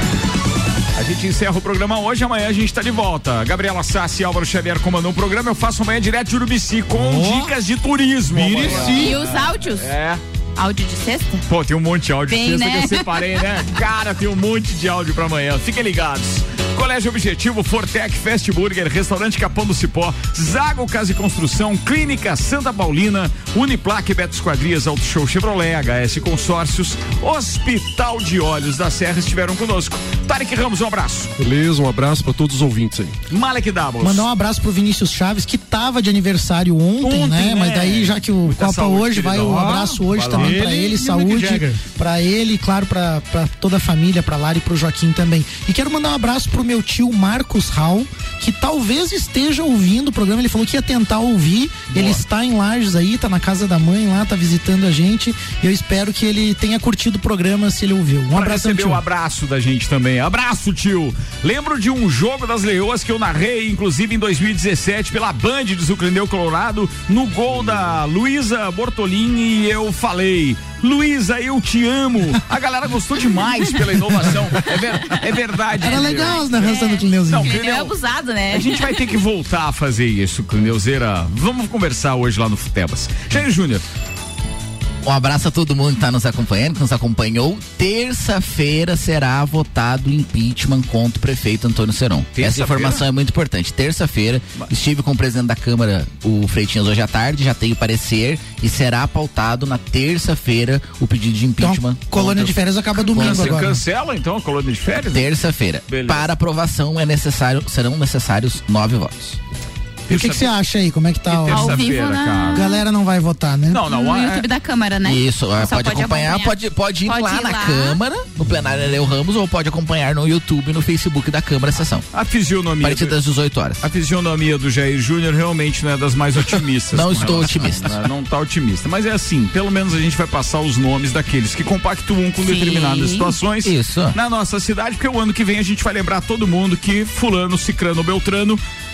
A gente encerra o programa hoje, amanhã a gente tá de volta. Gabriela Sassi e Álvaro Xavier comandam o programa. Eu faço amanhã direto de Urubici com Oh. dicas de turismo. Mirici. amanhã. E os áudios? É. Áudio de sexta? Pô, tem um monte de áudio Tem, sexta né? que eu separei, né? Cara, tem um monte de áudio pra amanhã. Fiquem ligados. Colégio Objetivo, Fortec, Fast Burger, Restaurante Capão do Cipó, Zago Casa e Construção, Clínica Santa Paulina, Uniplaque, Beto Esquadrias, Auto Show Chevrolet, H S Consórcios, Hospital de Olhos da Serra estiveram conosco. Tarek Ramos, um abraço. Beleza, um abraço pra todos os ouvintes aí. Malek Doubles. Mandar um abraço pro Vinícius Chaves, que tava de aniversário ontem, Ontem, né? né? Mas daí, já que o Muita Copa saúde, hoje, vai queridão. um abraço hoje Vai lá. também pra Ele ele, e o Mick saúde Jagger. pra ele e, claro, pra, pra toda a família, pra Lara e pro Joaquim também. E quero mandar um abraço pro meu tio Marcos Hall, que talvez esteja ouvindo o programa. Ele falou que ia tentar ouvir. Ele está em Lages aí, tá na casa da mãe lá, tá visitando a gente. E eu espero que ele tenha curtido o programa se ele ouviu. Um Pra abraço, receber tio. o abraço da gente também. Abraço, tio. Lembro de um jogo das Leoas que eu narrei, inclusive em dois mil e dezessete, pela Band de Zucrindeu Colorado, no gol da Luísa Bortolini, e eu falei: Luísa, eu te amo. A galera gostou demais pela inovação. É, ver- é verdade. Era Clineu. legal as narrações do Clineuzinho. Não, Ele Clineu, é abusado, né? a gente vai ter que voltar a fazer isso, Clineuzeira. Vamos conversar hoje lá no Futebas. Jair Júnior. Um abraço a todo mundo que está nos acompanhando, que nos acompanhou. Terça-feira será votado o impeachment contra o prefeito Antônio Seron. Essa Terça-feira? informação é muito importante. Terça-feira, estive com o presidente da Câmara, o Freitinhas, hoje à tarde, já tenho parecer e será pautado na terça-feira o pedido de Então, impeachment. colônia contra- de férias acaba domingo contra- agora. Cancela então a colônia de férias? Terça-feira. Beleza. Para aprovação é necessário, serão necessários nove votos. E o que que você acha aí? Como é que tá? Que ó? Ao vivo terça-feira, na- cara. A galera não vai votar, né? Não, não. No é- YouTube da Câmara, né? Isso, Só ah, pode, acompanhar, pode, pode ir Pode lá ir na lá. Câmara, no plenário Nereu Ramos, ou pode acompanhar no YouTube, no Facebook da Câmara a sessão. A A fisionomia. partir do- das dezoito horas. A fisionomia do Jair Júnior realmente não é das mais otimistas. Não com estou relação- otimista. Não, não tá otimista. Mas é assim, pelo menos a gente vai passar os nomes daqueles que compactuam com Sim. determinadas situações Isso. na nossa cidade, porque o ano que vem a gente vai lembrar todo mundo que fulano, cicrano, beltrano,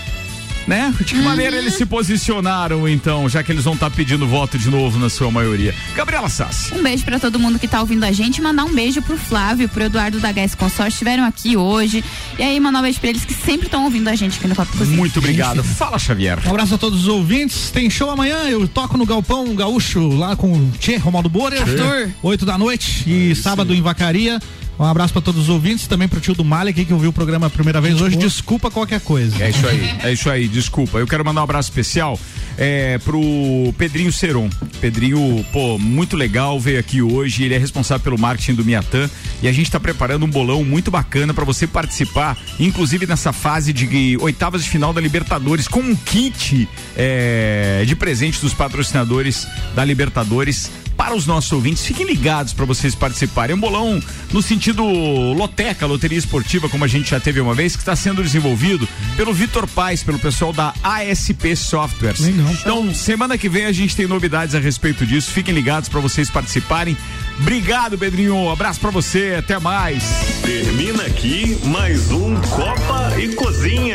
né? De que maneira eles se posicionaram então, já que eles vão estar pedindo voto de novo na sua maioria. Gabriela Sassi. Um beijo pra todo mundo que tá ouvindo a gente, mandar um beijo pro Flávio, pro Eduardo da H S Consórcio, estiveram aqui hoje. E aí, mandar um beijo pra eles que sempre estão ouvindo a gente aqui no Copa Cozinha. Muito obrigado. Fala, Xavier. Um abraço a todos os ouvintes. Tem show amanhã. Eu toco no Galpão Gaúcho lá com o Tchê, Romaldo Borer. Arthur. Oito da noite. E sábado em Vacaria. Um abraço pra todos os ouvintes. Também pro tio do Malek que ouviu o programa a primeira vez hoje. Desculpa qualquer coisa. É isso aí, é isso aí, desculpa. Eu quero mandar um abraço especial. é, pro Pedrinho Seron. Pedrinho, pô, muito legal, veio aqui hoje, ele é responsável pelo marketing do Miatan e a gente tá preparando um bolão muito bacana para você participar, inclusive nessa fase de oitavas de final da Libertadores, com um kit é, de presente dos patrocinadores da Libertadores para os nossos ouvintes. Fiquem ligados para vocês participarem. Um bolão no sentido loteca, loteria esportiva, como a gente já teve uma vez, que está sendo desenvolvido pelo Vitor Paes, pelo pessoal da A S P Softwares. Legal. Então, semana que vem a gente tem novidades a respeito disso. Fiquem ligados para vocês participarem. Obrigado, Pedrinho. Abraço para você. Até mais. Termina aqui mais um Copa e Cozinha.